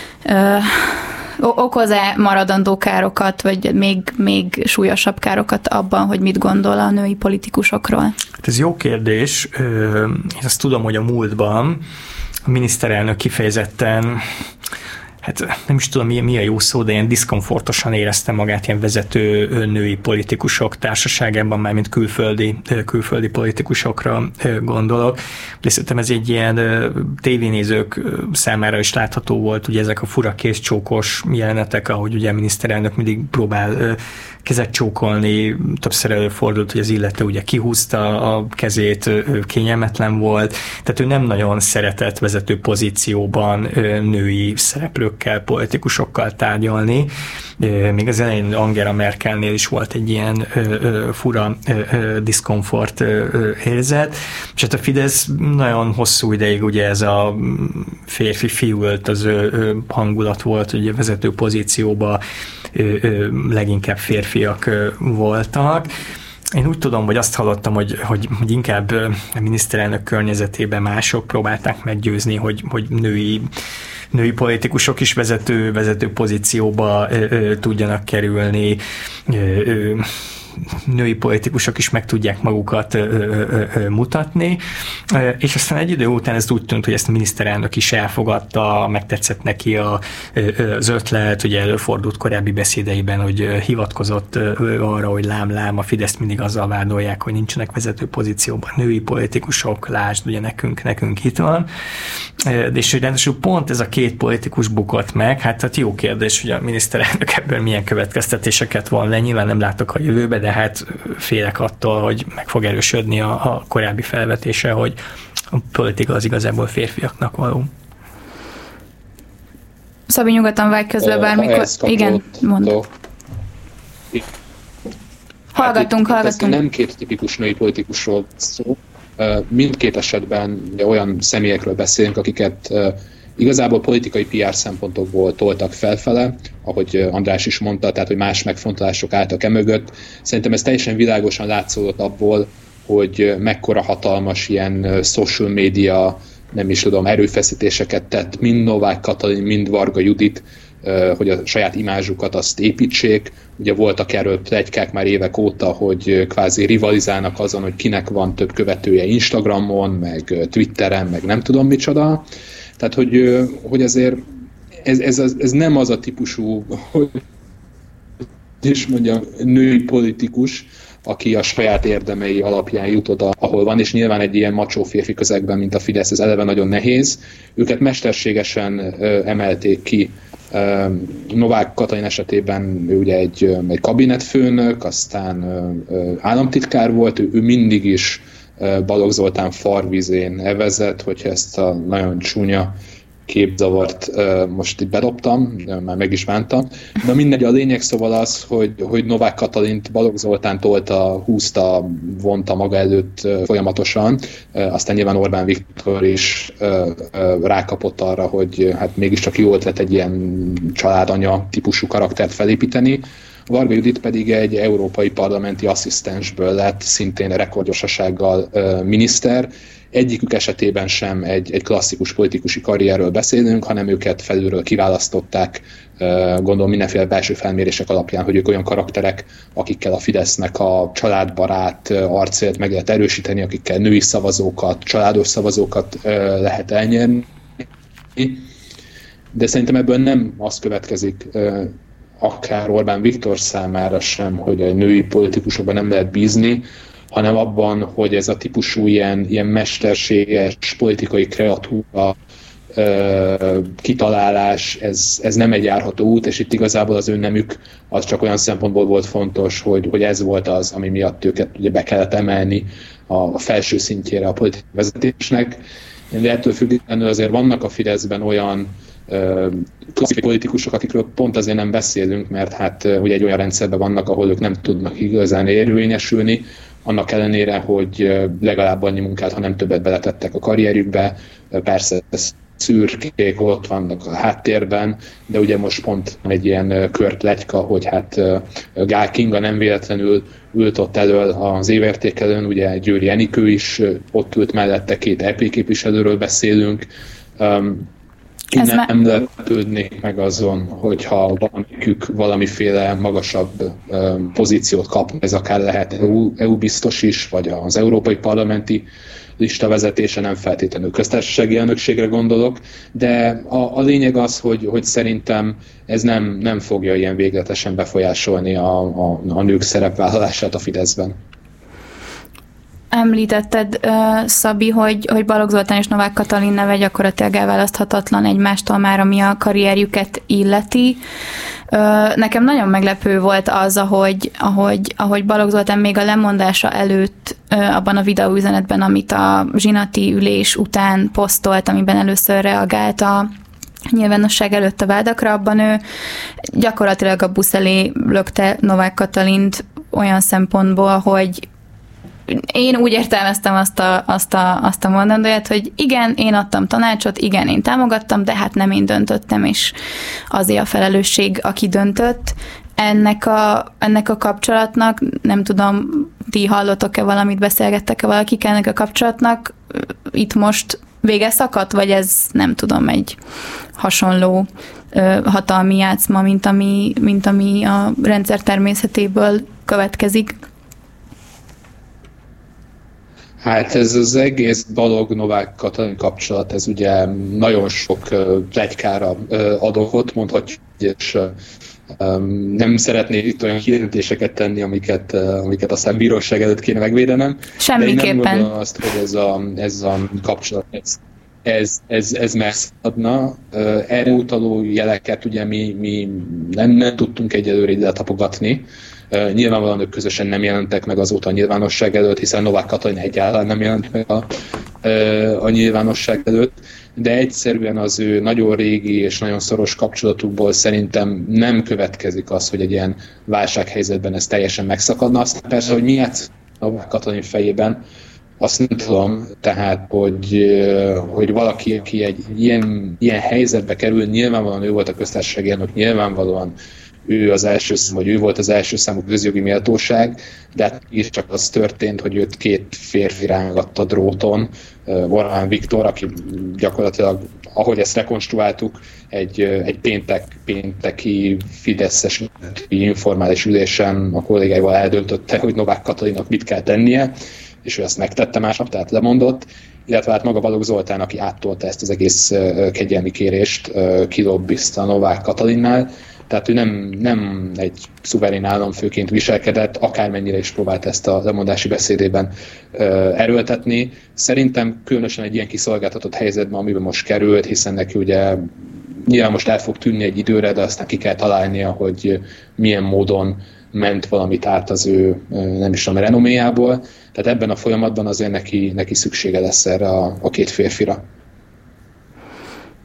okoz-e maradandó károkat, vagy még súlyosabb károkat abban, hogy mit gondol a női politikusokról? Hát ez jó kérdés. Én azt tudom, hogy a múltban a miniszterelnök kifejezetten, hát nem is tudom, mi a jó szó, de ilyen diszkomfortosan érezte magát ilyen vezető női politikusok társaságában, mármint külföldi politikusokra gondolok. De szerintem ez egy ilyen tévénézők számára is látható volt, ugye ezek a fura kézcsókos jelenetek, ahogy ugye a miniszterelnök mindig próbál kezet csókolni, többször előfordult, hogy az illető ugye kihúzta a kezét, kényelmetlen volt, tehát ő nem nagyon szeretett vezető pozícióban női szereplőkkel, politikusokkal tárgyalni. Még az elején Angela Merkelnél is volt egy ilyen fura diszkomfort érzet, és hát a Fidesz nagyon hosszú ideig ugye ez a férfi-fiú öltöző hangulat volt, ugye vezető pozícióban leginkább férfiak voltak. Én úgy tudom, hogy azt hallottam, hogy inkább a miniszterelnök környezetében mások próbálták meggyőzni, hogy női politikusok is vezető pozícióba tudjanak kerülni, női politikusok is meg tudják magukat mutatni, és aztán egy idő után ez úgy tűnt, hogy ezt a miniszterelnök is elfogadta, megtetszett neki az ötlet, ugye előfordult korábbi beszédeiben, hogy hivatkozott arra, hogy lám, a Fideszt mindig azzal vádolják, hogy nincsenek vezető pozícióban női politikusok, lásd, ugye nekünk itt van, és hogy ráadásul pont ez a két politikus bukott meg, hát jó kérdés, hogy a miniszterelnök ebből milyen következtetéseket van le, nyilván nem látok a jövőbe, de hát félek attól, hogy meg fog erősödni a korábbi felvetése, hogy a politika az igazából férfiaknak való. Szabi, nyugodtan vágj közbe bármikor. Igen, mondd. Hallgatunk. Nem két tipikus női politikusról szó. Mindkét esetben olyan személyekről beszélünk, akiket igazából politikai PR szempontokból toltak felfele, ahogy András is mondta, tehát hogy más megfontolások álltak emögött. Szerintem ez teljesen világosan látszódott abból, hogy mekkora hatalmas ilyen social media, nem is tudom, erőfeszítéseket tett mind Novák Katalin, mind Varga Judit, hogy a saját imázsukat azt építsék. Ugye voltak erről pletykák már évek óta, hogy kvázi rivalizálnak azon, hogy kinek van több követője Instagramon, meg Twitteren, meg nem tudom micsoda. Tehát, hogy azért ez nem az a típusú, hogy is mondjam, női politikus, aki a saját érdemei alapján jut oda, ahol van, és nyilván egy ilyen macsó férfi közegben, mint a Fidesz, ez eleve nagyon nehéz. Őket mesterségesen emelték ki. Novák Katalin esetében ő ugye egy kabinetfőnök, aztán államtitkár volt, ő mindig is Balogh Zoltán farvizén evezett, hogyha ezt a nagyon csúnya képzavart most itt bedobtam, már meg is bántam. De mindegy, a lényeg szóval az, hogy Novák Katalint Balogh Zoltán tolta, húzta, vonta maga előtt folyamatosan, aztán nyilván Orbán Viktor is rákapott arra, hogy hát mégiscsak jó ötlet egy ilyen családanya típusú karaktert felépíteni. Varga Judit pedig egy európai parlamenti asszisztensből lett szintén rekordgyorsasággal miniszter. Egyikük esetében sem egy klasszikus politikusi karrierről beszélünk, hanem őket felülről kiválasztották, gondolom mindenféle belső felmérések alapján, hogy ők olyan karakterek, akikkel a Fidesznek a családbarát arcélt meg lehet erősíteni, akikkel női szavazókat, családos szavazókat lehet elnyerni. De szerintem ebből nem az következik, akár Orbán Viktor számára sem, hogy a női politikusokban nem lehet bízni, hanem abban, hogy ez a típusú ilyen mesterséges politikai kreatúra kitalálás, ez nem egy járható út, és itt igazából az ő nemük az csak olyan szempontból volt fontos, hogy ez volt az, ami miatt őket ugye be kellett emelni a felső szintjére a politikai vezetésnek. De ettől függetlenül azért vannak a Fideszben olyan klasszikai politikusok, akikről pont azért nem beszélünk, mert hát ugye egy olyan rendszerben vannak, ahol ők nem tudnak igazán érvényesülni, annak ellenére, hogy legalább annyi munkát, ha nem többet beletettek a karrierjükbe, persze szürkék ott vannak a háttérben, de ugye most pont egy ilyen kört pletyka, hogy hát Gál Kinga nem véletlenül ült ott elől az évértékelőn, ugye Győri Enikő is ott ült mellette, 2 EP képviselőről beszélünk. Nem lepődnék meg azon, hogyha valamikük valamiféle magasabb pozíciót kap, ez akár lehet EU biztos is, vagy az európai parlamenti lista vezetése, nem feltétlenül köztársasági elnökségre gondolok, de a lényeg az, hogy szerintem ez nem fogja ilyen végletesen befolyásolni a nők szerepvállalását a Fideszben. Említetted, Szabi, hogy Balogh Zoltán és Novák Katalin neve gyakorlatilag elválaszthatatlan egymástól már, ami a karrierjüket illeti. Nekem nagyon meglepő volt az, ahogy Balogh Zoltán még a lemondása előtt abban a videóüzenetben, amit a zsinati ülés után posztolt, amiben először reagált a nyilvánosság előtt a vádakra, abban ő gyakorlatilag a busz elé lökte Novák Katalint olyan szempontból, hogy én úgy értelmeztem azt a mondandóját, hogy igen, én adtam tanácsot, igen, én támogattam, de hát nem én döntöttem, és azért a felelősség, aki döntött. Ennek a kapcsolatnak, nem tudom, ti hallottok-e valamit, beszélgettek-e valakik ennek a kapcsolatnak, itt most vége szakadt, vagy ez nem tudom, egy hasonló hatalmi játszma, mint ami a rendszer természetéből következik? Hát ez az egész Balogh-Novák Katalin kapcsolat, ez ugye nagyon sok pletykára ad okot, mondhatjuk, és nem szeretnék itt olyan kijelentéseket tenni, amiket aztán bíróság előtt kéne megvédenem. Semmiképpen. De én nem gondolom azt, hogy ez a kapcsolat, ez messze adna. Erre utaló jeleket ugye mi nem tudtunk egyelőre ide tapogatni. Nyilvánvalóan ők közösen nem jelentek meg azóta a nyilvánosság előtt, hiszen Novák Katalin egyáltalán nem jelent meg a nyilvánosság előtt, de egyszerűen az ő nagyon régi és nagyon szoros kapcsolatukból szerintem nem következik az, hogy egy ilyen válsághelyzetben ez teljesen megszakadna. Aztán persze, hogy mi játszik Novák Katalin fejében, azt nem tudom, tehát, hogy valaki, aki egy ilyen helyzetbe kerül, nyilvánvalóan ő volt a köztársasági elnök, nyilvánvalóan ő volt az első számú közjogi méltóság, de hát is csak az történt, hogy őt 2 férfi rángatta dróton, Orbán Viktor, aki gyakorlatilag, ahogy ezt rekonstruáltuk, egy pénteki fideszes informális ülésen a kollégáival eldöntötte, hogy Novák Katalinnak mit kell tennie, és ő ezt megtette másnap, tehát lemondott, illetve hát maga Balogh Zoltán, aki áttolta ezt az egész kegyelmi kérést, kilobbizta Novák Katalinnál. Tehát ő nem egy szuverén államfőként viselkedett, akármennyire is próbált ezt a lemondási beszédében erőltetni. Szerintem különösen egy ilyen kiszolgáltatott helyzetben, amiben most került, hiszen neki ugye nyilván most el fog tűnni egy időre, de aztán ki kell találnia, hogy milyen módon ment valamit át az ő, nem is tudom, renoméjából. Tehát ebben a folyamatban azért neki szüksége lesz erre a 2 férfira.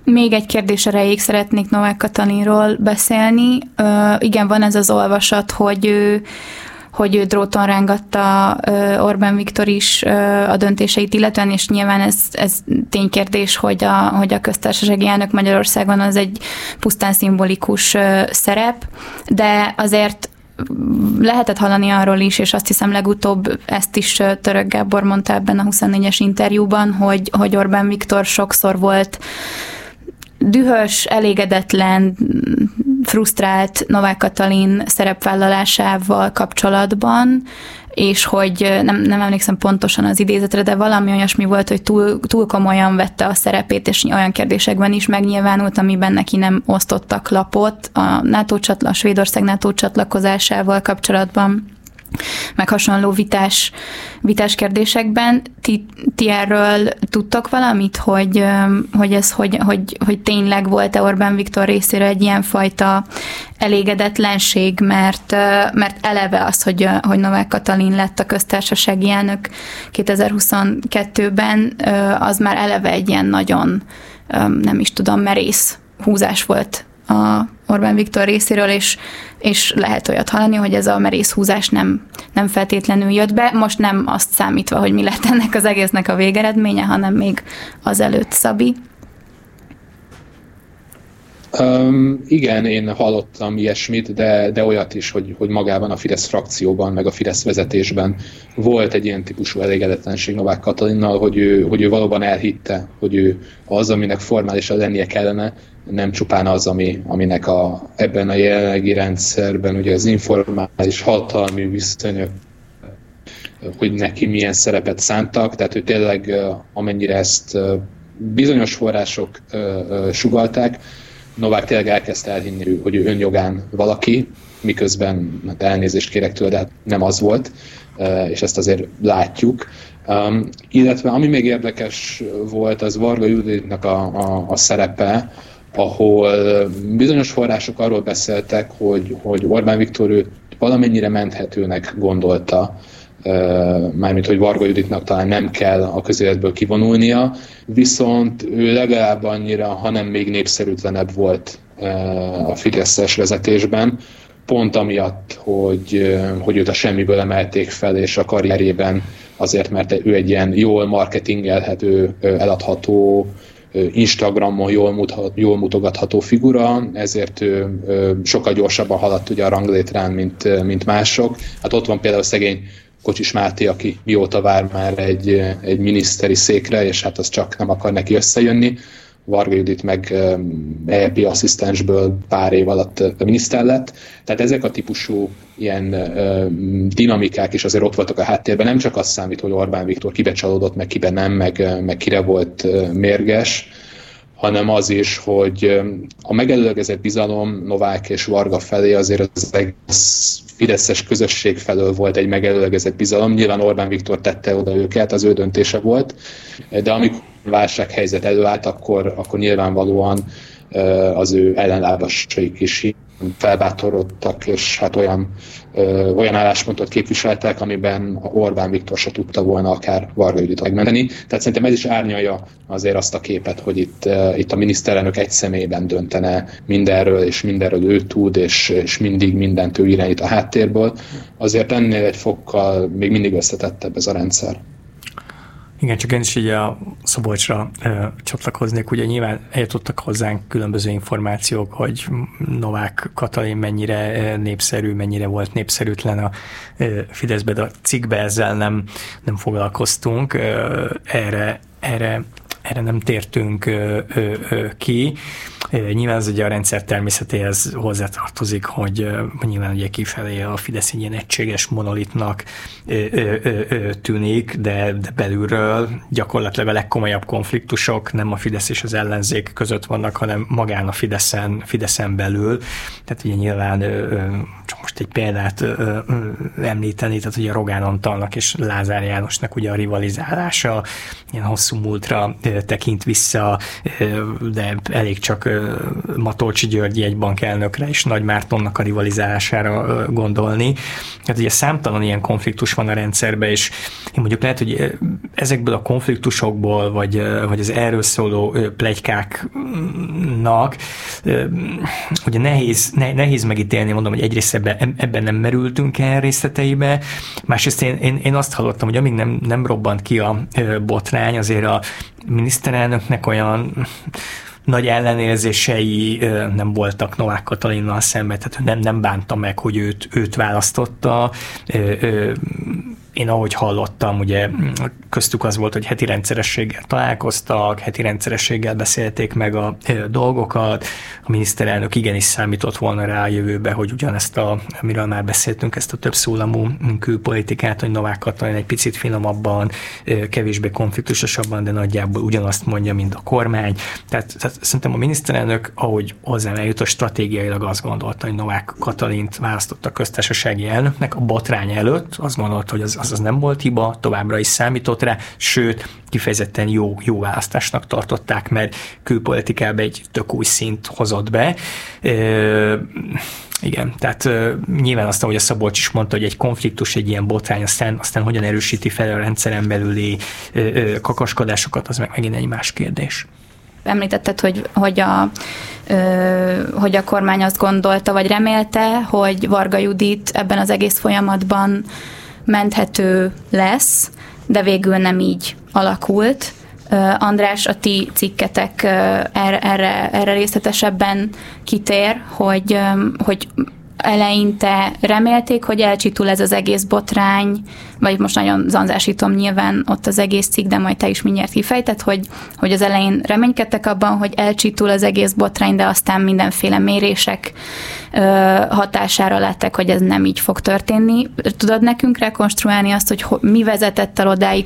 Még egy kérdés erejéig szeretnék Novák Katalinról beszélni. Igen, van ez az olvasat, hogy ő dróton rángatta Orbán Viktor is a döntéseit illetően, és nyilván ez ténykérdés, hogy a köztársasági elnök Magyarországon az egy pusztán szimbolikus szerep, de azért lehetett hallani arról is, és azt hiszem legutóbb ezt is Török Gábor mondta ebben a 24-es interjúban, hogy Orbán Viktor sokszor volt dühös, elégedetlen, frusztrált Novák Katalin szerepvállalásával kapcsolatban, és hogy nem emlékszem pontosan az idézetre, de valami olyasmi volt, hogy túl komolyan vette a szerepét, és olyan kérdésekben is megnyilvánult, amiben neki nem osztottak lapot a Svédország NATO csatlakozásával kapcsolatban, meg hasonló vitás kérdésekben. Ti erről tudtok valamit, hogy tényleg volt-e Orbán Viktor részéről egy ilyen fajta elégedetlenség, mert eleve az, hogy Novák Katalin lett a köztársasági elnök 2022-ben, az már eleve egy ilyen nagyon, nem is tudom, merész húzás volt a Orbán Viktor részéről, és lehet olyat hallani, hogy ez a merész húzás nem feltétlenül jött be. Most nem azt számítva, hogy mi lett ennek az egésznek a végeredménye, hanem még azelőtt. Szabi? Igen, én hallottam ilyesmit, de olyat is, hogy magában a Fidesz frakcióban, meg a Fidesz vezetésben volt egy ilyen típusú elégedetlenség Novák Katalinnal, hogy ő valóban elhitte, hogy ő az, aminek formálisan lennie kellene, nem csupán az, aminek ebben a jelenlegi rendszerben ugye az informális hatalmi viszonyok, hogy neki milyen szerepet szántak, tehát ő tényleg amennyire ezt bizonyos források sugallták, Novák tényleg elkezdte elhinni, hogy ő önjogán valaki, miközben elnézést kérek tőle, de hát nem az volt, és ezt azért látjuk. Illetve ami még érdekes volt, az Varga Juditnak a szerepe, ahol bizonyos források arról beszéltek, hogy Orbán Viktor őt valamennyire menthetőnek gondolta, mármint, hogy Varga Juditnak talán nem kell a közéletből kivonulnia, viszont ő legalább annyira, hanem még népszerűtlenebb volt a fideszes vezetésben, pont amiatt, hogy őt a semmiből emelték fel, és a karrierjében azért, mert ő egy ilyen jól marketingelhető, eladható, Instagramon jól mutogatható figura, ezért ő sokkal gyorsabban haladt ugye a ranglétrán, mint mások. Hát ott van például szegény Kocsis Máté, aki mióta vár már egy miniszteri székre, és hát az csak nem akar neki összejönni. Varga Judit meg EP asszisztensből pár év alatt miniszter lett. Tehát ezek a típusú ilyen dinamikák is azért ott voltak a háttérben. Nem csak az számít, hogy Orbán Viktor kibe csalódott, meg kibe nem, meg kire volt mérges, hanem az is, hogy a megelőlegezett bizalom Novák és Varga felé azért az egész fideszes közösség felől volt egy megelőlegezett bizalom. Nyilván Orbán Viktor tette oda őket, az ő döntése volt, de amikor válsághelyzet előállt, akkor nyilvánvalóan az ő ellenlábasaik is felbátorodtak, és hát olyan álláspontot képviseltek, amiben Orbán Viktor se tudta volna akár Varga Judit megmenteni. Tehát szerintem ez is árnyalja azért azt a képet, hogy itt a miniszterelnök egy személyben döntene mindenről, és mindenről ő tud, és mindig mindent ő irányít a háttérből. Azért ennél egy fokkal még mindig összetettebb ez a rendszer. Igen, csak én is így a Szabolcsra csatlakoznék. Ugye nyilván eljutottak hozzánk különböző információk, hogy Novák Katalin mennyire népszerű, mennyire volt népszerűtlen a Fideszbe, de a cikkbe ezzel nem foglalkoztunk. Erre nem tértünk ki. Nyilván az ugye a rendszer természetéhez hozzátartozik, hogy nyilván ugye kifelé a Fidesz egy ilyen egységes monolitnak tűnik, de belülről gyakorlatilag a legkomolyabb konfliktusok nem a Fidesz és az ellenzék között vannak, hanem magán a Fideszen belül. Tehát ugye nyilván csak most egy példát említeni, tehát ugye Rogán Antalnak és Lázár Jánosnak ugye a rivalizálása ilyen hosszú múltra tekint vissza, de elég csak Matolcsy György jegybankelnökre és Nagy Mártonnak a rivalizálására gondolni. Hát ugye számtalan ilyen konfliktus van a rendszerben, és én mondjuk lehet, hogy ezekből a konfliktusokból, vagy az erről szóló pletykáknak ugye nehéz megítélni, mondom, hogy egyrészt ebben nem merültünk el részleteibe, másrészt én azt hallottam, hogy amíg nem robbant ki a botrány, azért a miniszterelnöknek olyan nagy ellenérzései nem voltak Novák Katalinnal szemben, tehát nem bánta meg, hogy őt választotta. Én ahogy hallottam, ugye köztük az volt, hogy heti rendszerességgel találkoztak, heti rendszerességgel beszélték meg a dolgokat. A miniszterelnök igenis számított volna rá a jövőbe, hogy ugyanezt amiről már beszéltünk, ezt a többszólamú külpolitikát, hogy Novák Katalin egy picit finomabban, kevésbé konfliktusosabban, de nagyjából ugyanazt mondja, mint a kormány. Tehát szerintem a miniszterelnök, ahogy hozzám eljutott, stratégiailag azt gondolta, hogy Novák Katalint választotta köztársasági elnöknek a botrány előtt, azt gondolta, hogy az nem volt hiba, továbbra is számított rá, sőt, kifejezetten jó választásnak tartották, mert külpolitikában egy tök új szint hozott be. Igen, tehát nyilván azt, ahogy a Szabolcs is mondta, hogy egy konfliktus, egy ilyen botrány, aztán hogyan erősíti fel a rendszeren belüli kakaskodásokat, az megint egy más kérdés. Említetted, hogy a kormány azt gondolta, vagy remélte, hogy Varga Judit ebben az egész folyamatban menthető lesz, de végül nem így alakult. András, a ti cikketek erre részletesebben kitér, hogy eleinte remélték, hogy elcsitul ez az egész botrány, vagy most nagyon zanzásítom nyilván ott az egész cikk, de majd te is mindjárt kifejted, hogy az elején reménykedtek abban, hogy elcsitul az egész botrány, de aztán mindenféle mérések hatására lettek, hogy ez nem így fog történni. Tudod nekünk rekonstruálni azt, hogy mi vezetett el odáig,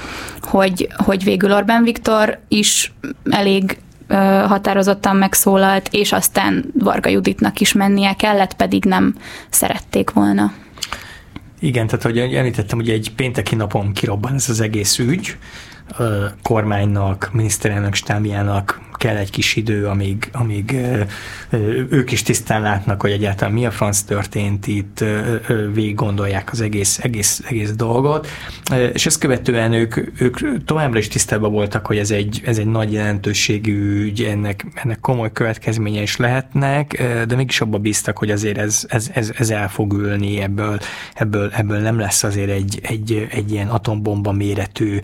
hogy végül Orbán Viktor is elég határozottan megszólalt, és aztán Varga Juditnak is mennie kellett, pedig nem szerették volna. Igen, tehát ahogy említettem, ugye egy pénteki napon kirobban ez az egész ügy, kormánynak, miniszterelnök stábjának kell egy kis idő, amíg ők is tisztán látnak, hogy egyáltalán mi a franc történt itt, végig gondolják az egész dolgot, és ezt követően ők továbbra is tisztában voltak, hogy ez egy nagy jelentőségű ügy, ennek komoly következménye is lehetnek, de mégis abba bíztak, hogy azért ez el fog ülni, ebből nem lesz azért egy ilyen atombomba méretű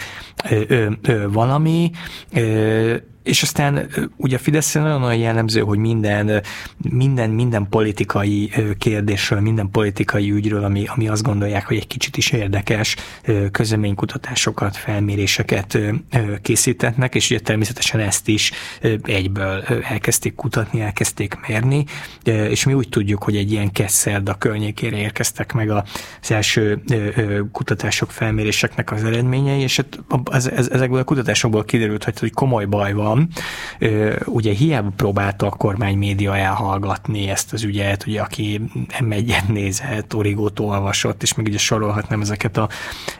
valami, és aztán ugye a Fideszre nagyon jellemző, hogy minden politikai kérdésről, minden politikai ügyről, ami azt gondolják, hogy egy kicsit is érdekes, közleménykutatásokat, felméréseket készítetnek, és ugye természetesen ezt is egyből elkezdték kutatni, elkezdték mérni, és mi úgy tudjuk, hogy egy ilyen kedd-szerda környékére érkeztek meg az első kutatások, felméréseknek az eredményei, és ezekből a kutatásokból kiderült, hogy komoly baj van. Ugye hiába próbálta a kormánymédia elhallgatni ezt az ügyet, ugye aki M1-et nézett, Origót olvasott, és még ugye sorolhatnám ezeket a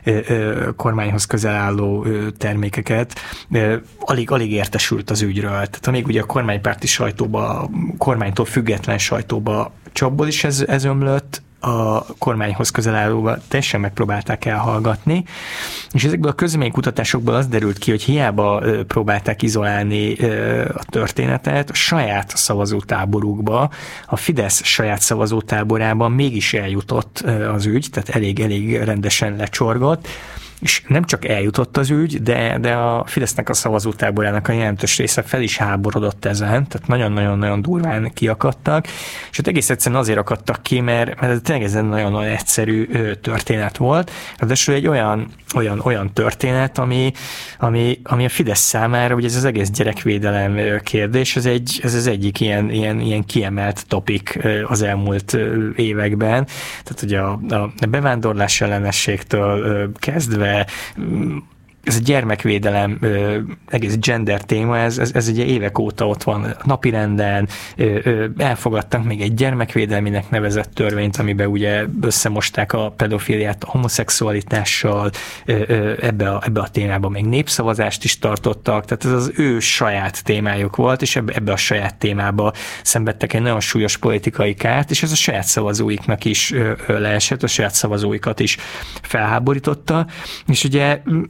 kormányhoz közel álló termékeket, alig értesült az ügyről. Tehát amíg ugye a kormánypárti sajtóba, kormánytól független sajtóba csapból is ez ömlött, a kormányhoz közel állóval teljesen megpróbálták elhallgatni, és ezekből a közleménykutatásokból az derült ki, hogy hiába próbálták izolálni a történetet, a saját szavazótáborukba, a Fidesz saját szavazótáborában mégis eljutott az ügy, tehát elég rendesen lecsorgott, és nem csak eljutott az ügy, de a Fidesznek a szavazótáborának a jelentős része fel is háborodott ezen, tehát nagyon-nagyon durván kiakadtak, és ott egész egyszerűen azért akadtak ki, mert tényleg ez egy nagyon egyszerű történet volt, de egy olyan történet, ami a Fidesz számára, ugye ez az egész gyerekvédelem kérdés, ez az egyik ilyen kiemelt topik az elmúlt években, tehát ugye a bevándorlás ellenességtől kezdve ez a gyermekvédelem, egész gender téma, ez ugye évek óta ott van napirenden, elfogadtak még egy gyermekvédelminek nevezett törvényt, amiben ugye összemosták a pedofiliát a homoszexualitással, ebbe a témában még népszavazást is tartottak, tehát ez az ő saját témájuk volt, és ebbe a saját témába szenvedtek egy nagyon súlyos politikai kárt, és ez a saját szavazóiknak is leesett, a saját szavazóikat is felháborította, és ugye látszik,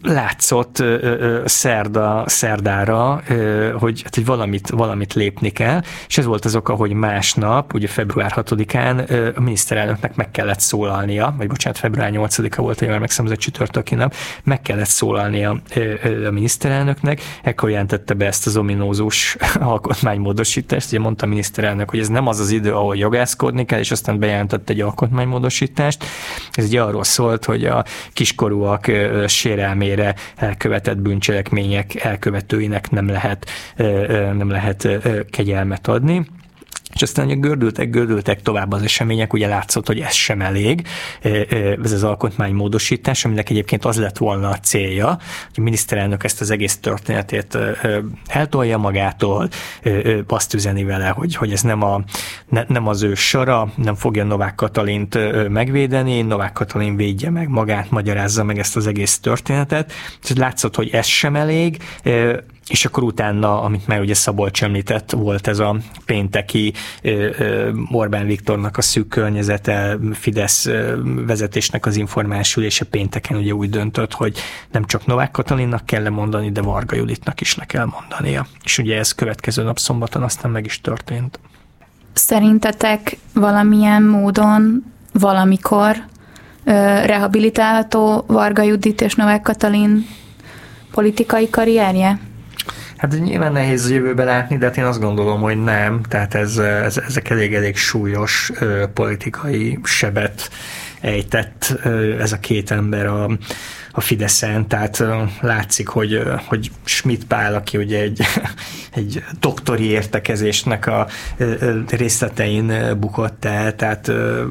látszott szerdára, hogy valamit lépni kell, és ez volt az oka, hogy másnap, ugye február 6-án a miniszterelnöknek meg kellett szólalnia, vagy bocsánat, február 8-a volt, hogy már megszámozott csütörtöki nap, meg kellett szólalnia a miniszterelnöknek, ekkor jelentette be ezt az ominózus alkotmánymódosítást, ugye mondta a miniszterelnök, hogy ez nem az az idő, ahol jogászkodni kell, és aztán bejelentett egy alkotmánymódosítást. Ez ugye arról szólt, hogy a kiskorúak sérelmére elkövetett bűncselekmények elkövetőinek nem lehet kegyelmet adni. És aztán ugye gördültek tovább az események, ugye látszott, hogy ez sem elég, ez az alkotmánymódosítás, aminek egyébként az lett volna a célja, hogy a miniszterelnök ezt az egész történetét eltolja magától, azt üzeni vele, hogy ez nem az ő sora, nem fogja Novák Katalint megvédeni, Novák Katalin védje meg magát, magyarázza meg ezt az egész történetet, és látszott, hogy ez sem elég, és akkor utána, amit már ugye Szabolcs említett, volt ez a pénteki Orbán Viktornak a szűk környezete, Fidesz vezetésnek az informális ülése pénteken ugye úgy döntött, hogy nem csak Novák Katalinnak kell lemondani, de Varga Juditnak is le kell mondania. És ugye ez következő nap szombaton aztán meg is történt. Szerintetek valamilyen módon, valamikor rehabilitálható Varga Judit és Novák Katalin politikai karrierje? Hát nyilván nehéz a jövőbe látni, de hát én azt gondolom, hogy nem. Tehát ezek elég súlyos politikai sebet ejtett ez a két ember a Fideszen, tehát látszik, hogy Schmidt Pál, aki ugye egy doktori értekezésnek a részletein bukott el, tehát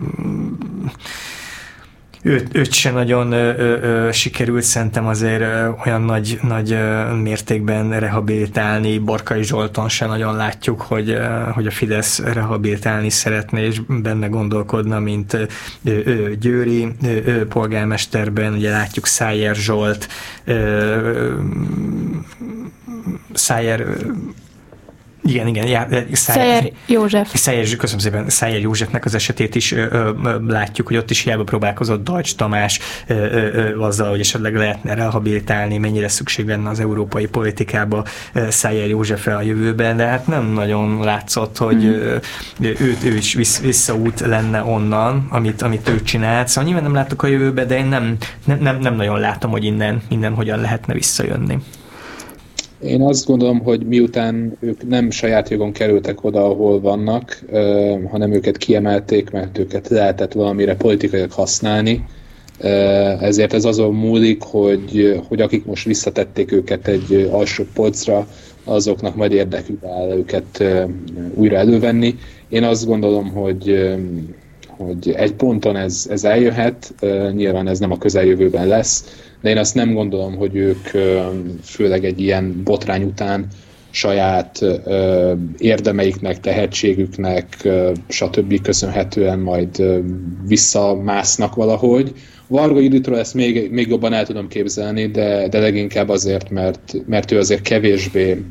őt se nagyon sikerült szerintem azért olyan nagy mértékben rehabilitálni. Borkai Zsolton se nagyon látjuk, hogy a Fidesz rehabilitálni szeretné, és benne gondolkodna, mint Győri polgármesterben. Ugye látjuk Szájer Zsolt, Szájer József. Köszönöm szépen, Szájer Józsefnek az esetét is látjuk, hogy ott is hiába próbálkozott Deutsch Tamás azzal, hogy esetleg lehetne rehabilitálni, mennyire szükség lenne az európai politikába Szájer Józsefre a jövőben, de hát nem nagyon látszott, hogy ő is visszaút lenne onnan, amit ő csinált. Szóval nyilván nem láttuk a jövőbe, de én nem nagyon látom, hogy innen hogyan lehetne visszajönni. Én azt gondolom, hogy miután ők nem saját jogon kerültek oda, ahol vannak, hanem őket kiemelték, mert őket lehetett valamire politikailag használni, ezért ez azon múlik, hogy akik most visszatették őket egy alsó polcra, azoknak majd érdekük áll őket újra elővenni. Én azt gondolom, hogy egy ponton ez eljöhet, nyilván ez nem a közeljövőben lesz, de én azt nem gondolom, hogy ők főleg egy ilyen botrány után saját érdemeiknek, tehetségüknek, stb. Köszönhetően majd visszamásznak valahogy. Varga Juditról ezt még jobban el tudom képzelni, de leginkább azért, mert ő azért kevésbé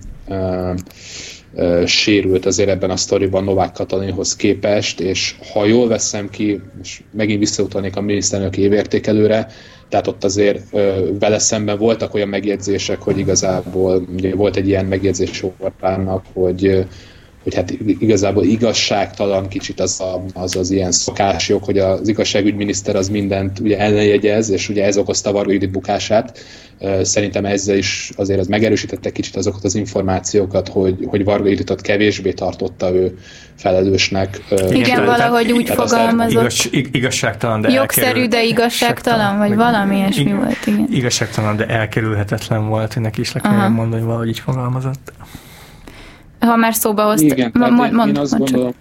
sérült azért ebben a sztoriban Novák Katalinhoz képest, és ha jól veszem ki, és megint visszautalnék a miniszterelnök évértékelőre, tehát ott azért vele szemben voltak olyan megjegyzések, hogy igazából ugye volt egy ilyen megjegyzés Orbánnak, hogy hát igazából igazságtalan kicsit az ilyen szokásjog, hogy az igazságügyminiszter az mindent ugye ellenjegyez, és ugye ez okozta Varga Judit bukását. Szerintem ezzel is azért az megerősítette kicsit azokat az információkat, hogy Varga Juditot kevésbé tartotta ő felelősnek. Igen, valahogy úgy fogalmazott. Igazságtalan, de jogszerű, de igazságtalan, vagy valami ilyesmi volt. Igen. Igazságtalan, de elkerülhetetlen volt, hogy neki is le kellene mondani, hogy valahogy így fogalmazott. Ha már szóba hozta. Igen, én azt gondolom,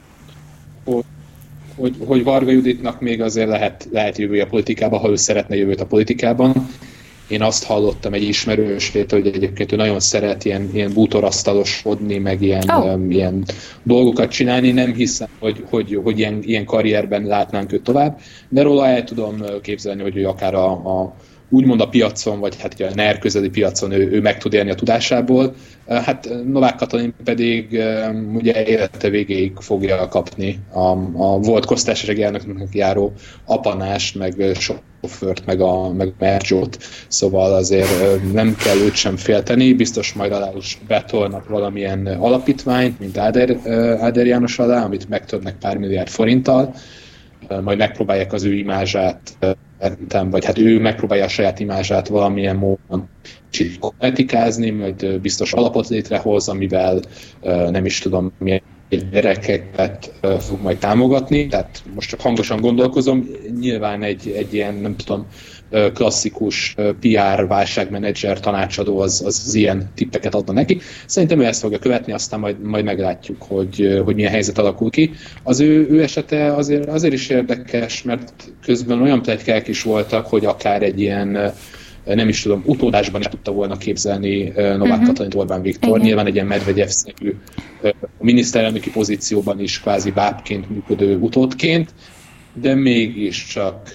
hogy Varga Juditnak még azért lehet jövője a politikában, ha ő szeretne jövőt a politikában. Én azt hallottam egy ismerőstétől, hogy egyébként ő nagyon szeret ilyen bútorasztaloskodni, meg ilyen dolgokat csinálni. Nem hiszem, hogy ilyen karrierben látnánk őt tovább, de róla el tudom képzelni, hogy ő akár a úgymond a piacon, vagy hát a NER közeli piacon ő meg tud élni a tudásából. Hát Novák Katalin pedig ugye élete végéig fogja kapni a volt köztársasági elnöknek járó apanást, meg sofőrt, meg a Mergyót, szóval azért nem kell őt sem félteni, biztos majd alá is betolnak valamilyen alapítványt, mint Áder János alá, amit megtörnek pár milliárd forinttal, majd megpróbálják az ő imázsát, vagy hát ő megpróbálja a saját imázsát valamilyen módon etikázni, majd biztos alapot létrehoz, amivel nem is tudom, milyen gyerekeket fog majd támogatni, tehát most csak hangosan gondolkozom, nyilván egy ilyen, nem tudom, klasszikus PR válságmenedzser tanácsadó az ilyen tippeket adna neki. Szerintem ő ezt fogja követni, aztán majd meglátjuk, hogy milyen helyzet alakul ki. Az ő esete azért is érdekes, mert közben olyan pletykák is voltak, hogy akár egy ilyen, nem is tudom, utódásban is tudta volna képzelni Novák Katalint Orbán Viktor. Igen. Nyilván egy ilyen Medvegyev-szerű miniszterelnöki pozícióban is kvázi bábként működő utódként, de mégiscsak,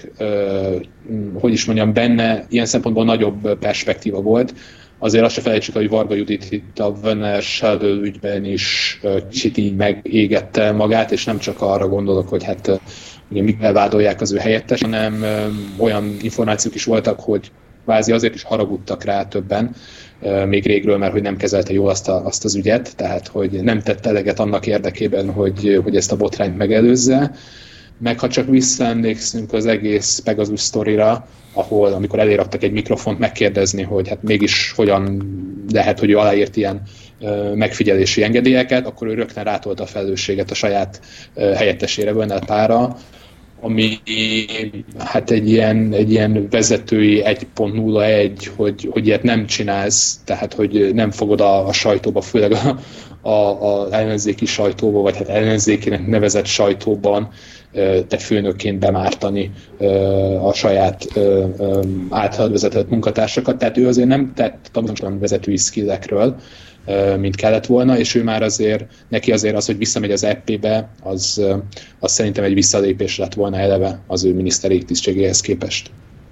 hogy is mondjam, benne ilyen szempontból nagyobb perspektíva volt. Azért azt se felejtsük, hogy Varga Judit itt a Werner Schadl ügyben is kicsit így megégette magát, és nem csak arra gondolok, hogy hát ugye mivel vádolják az ő helyettes, hanem olyan információk is voltak, hogy kvázi azért is haragudtak rá többen, még régről, mert hogy nem kezelte jól azt az ügyet, tehát hogy nem tett eleget annak érdekében, hogy ezt a botrányt megelőzze. Meg ha csak visszaemlékszünk az egész Pegasus sztorira, ahol amikor eléraktak egy mikrofont megkérdezni, hogy hát mégis hogyan lehet, hogy ő aláírt ilyen megfigyelési engedélyeket, akkor ő rögtön rátolta a felelősséget a saját helyettesére, Werner Pálra, ami hát egy ilyen vezetői 1.01, hogy ilyet nem csinálsz, tehát hogy nem fogod a sajtóba, főleg az ellenzéki sajtóba, vagy hát ellenzékinek nevezett sajtóban te főnökként bemártani a saját általad vezetett munkatársakat. Tehát ő azért nem tett tanulmányosan vezetői skillekről, mint kellett volna, és ő már neki azért az, hogy visszamegy az EP-be, az szerintem egy visszalépés lett volna eleve az ő miniszteri tisztségéhez képest.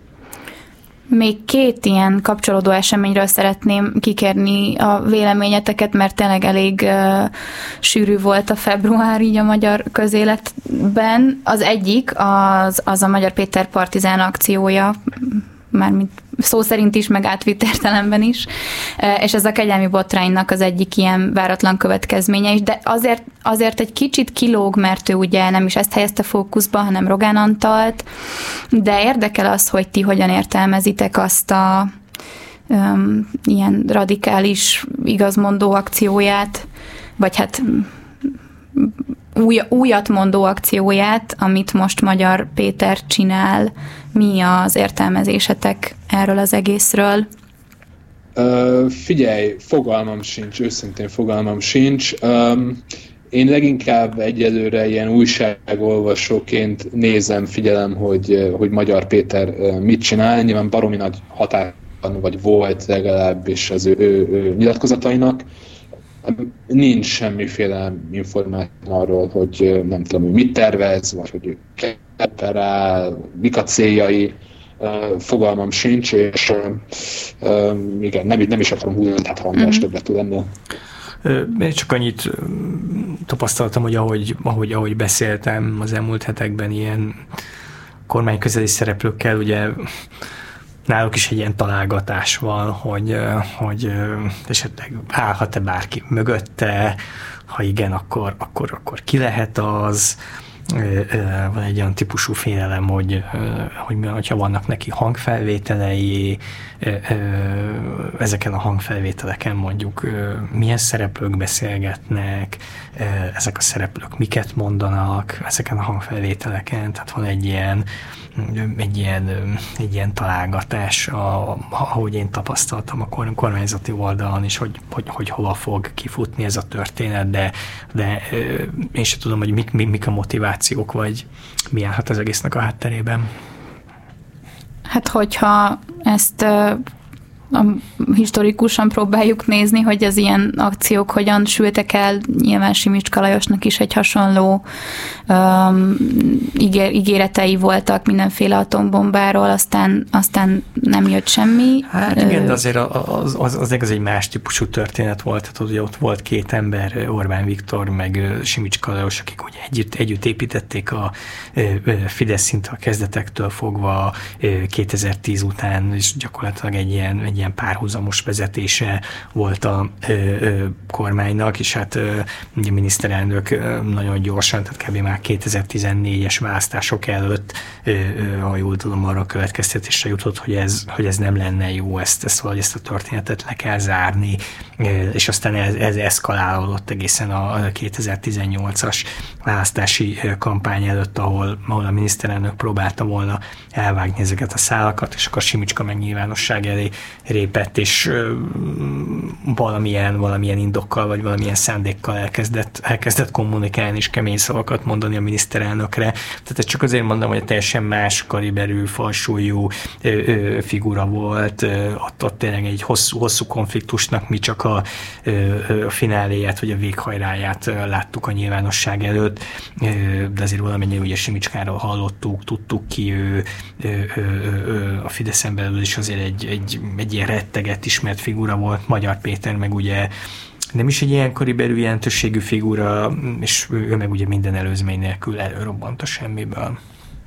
Még két ilyen kapcsolódó eseményről szeretném kikérni a véleményeteket, mert tényleg elég sűrű volt a február így a magyar közéletben. Az egyik az a Magyar Péter partizán akciója, mármint szó szerint is, meg átvitt értelemben is, és ez a kegyelmi botránynak az egyik ilyen váratlan következménye is, de azért egy kicsit kilóg, mert ő ugye nem is ezt helyezte fókuszba, hanem Rogán Antalt, de érdekel az, hogy ti hogyan értelmezitek azt a ilyen radikális igazmondó akcióját, vagy hát újat mondó akcióját, amit most Magyar Péter csinál. Mi az értelmezésetek erről az egészről? Figyelj, fogalmam sincs, őszintén fogalmam sincs. Én leginkább egyelőre ilyen újságolvasóként figyelem, hogy Magyar Péter mit csinál. Nyilván baromi nagy határ vagy volt legalábbis az ő nyilatkozatainak. Nincs semmiféle információ arról, hogy nem tudom, ő mit tervez, vagy hogy ő operál, mik a céljai, fogalmam sincs, és igen, nem is akarom húzni, tehát hangás többet tud lenni. Én csak annyit tapasztaltam, hogy ahogy beszéltem az elmúlt hetekben ilyen kormányközeli szereplőkkel, ugye náluk is egy ilyen találgatás van, hogy esetleg állhat-e bárki mögötte, ha igen, akkor ki lehet az. Van egy olyan típusú félelem, hogyha vannak neki hangfelvételei, ezeken a hangfelvételeken mondjuk milyen szereplők beszélgetnek, ezek a szereplők miket mondanak ezeken a hangfelvételeken, tehát van egy ilyen találgatás, ahogy én tapasztaltam a kormányzati oldalon is, hogy hova fog kifutni ez a történet, de én sem tudom, hogy mik a motivációk, vagy mi állhat az egésznek a hátterében. Hát hogyha ezt historikusan próbáljuk nézni, hogy az ilyen akciók hogyan sültek el. Nyilván Simicska Lajosnak is egy hasonló ígéretei voltak mindenféle atombombáról, aztán nem jött semmi. Hát igen, de azért az egy más típusú történet volt. Tehát ugye ott volt két ember, Orbán Viktor meg Simicska Lajos, akik ugye együtt építették a Fidesz szinte a kezdetektől fogva 2010 után, és gyakorlatilag egy ilyen párhuzamos vezetése volt a kormánynak, és hát ugye a miniszterelnök nagyon gyorsan, tehát kb. Már 2014-es választások előtt, ha jól tudom, arra a következtetésre jutott, hogy ez nem lenne jó, ezt a történetet le kell zárni, és aztán ez eszkalálódott egészen a 2018-as választási kampány előtt, ahol a miniszterelnök próbálta volna elvágni ezeket a szálakat, és akkor Simicska meg nyilvánosság elé répett, és valamilyen indokkal, vagy valamilyen szándékkal elkezdett kommunikálni, és kemény szavakat mondani a miniszterelnökre. Tehát ezt csak azért mondom, hogy teljesen más kaliberű, falsúlyú figura volt. Ott tényleg egy hosszú konfliktusnak mi csak a fináléját, vagy a véghajráját láttuk a nyilvánosság előtt, de azért valamennyire ugye Simicskáról hallottuk, tudtuk ki, a Fideszen belül is azért egy ilyen rettegett, ismert figura volt, Magyar Péter meg ugye nem is egy ilyen kaliberű jelentőségű figura, és ő meg ugye minden előzmény nélkül előrobbant a semmiből.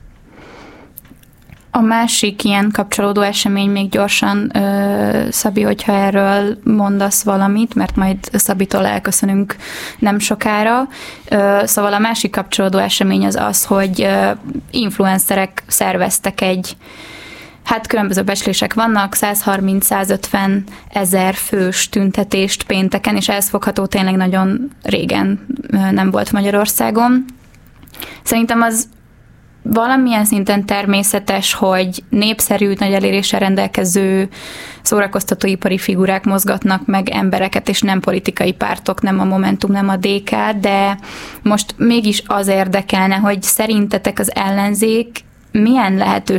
A másik ilyen kapcsolódó esemény még gyorsan, Szabi, hogyha erről mondasz valamit, mert majd Szabitól elköszönünk nem sokára. Szóval a másik kapcsolódó esemény az, hogy influencerek szerveztek különböző becslések vannak, 130-150 ezer fős tüntetést pénteken, és ez fogható tényleg nagyon régen nem volt Magyarországon. Szerintem az valamilyen szinten természetes, hogy népszerű, nagy eléréssel rendelkező szórakoztatóipari figurák mozgatnak meg embereket, és nem politikai pártok, nem a Momentum, nem a DK, de most mégis az érdekelne, hogy szerintetek az ellenzéknek milyen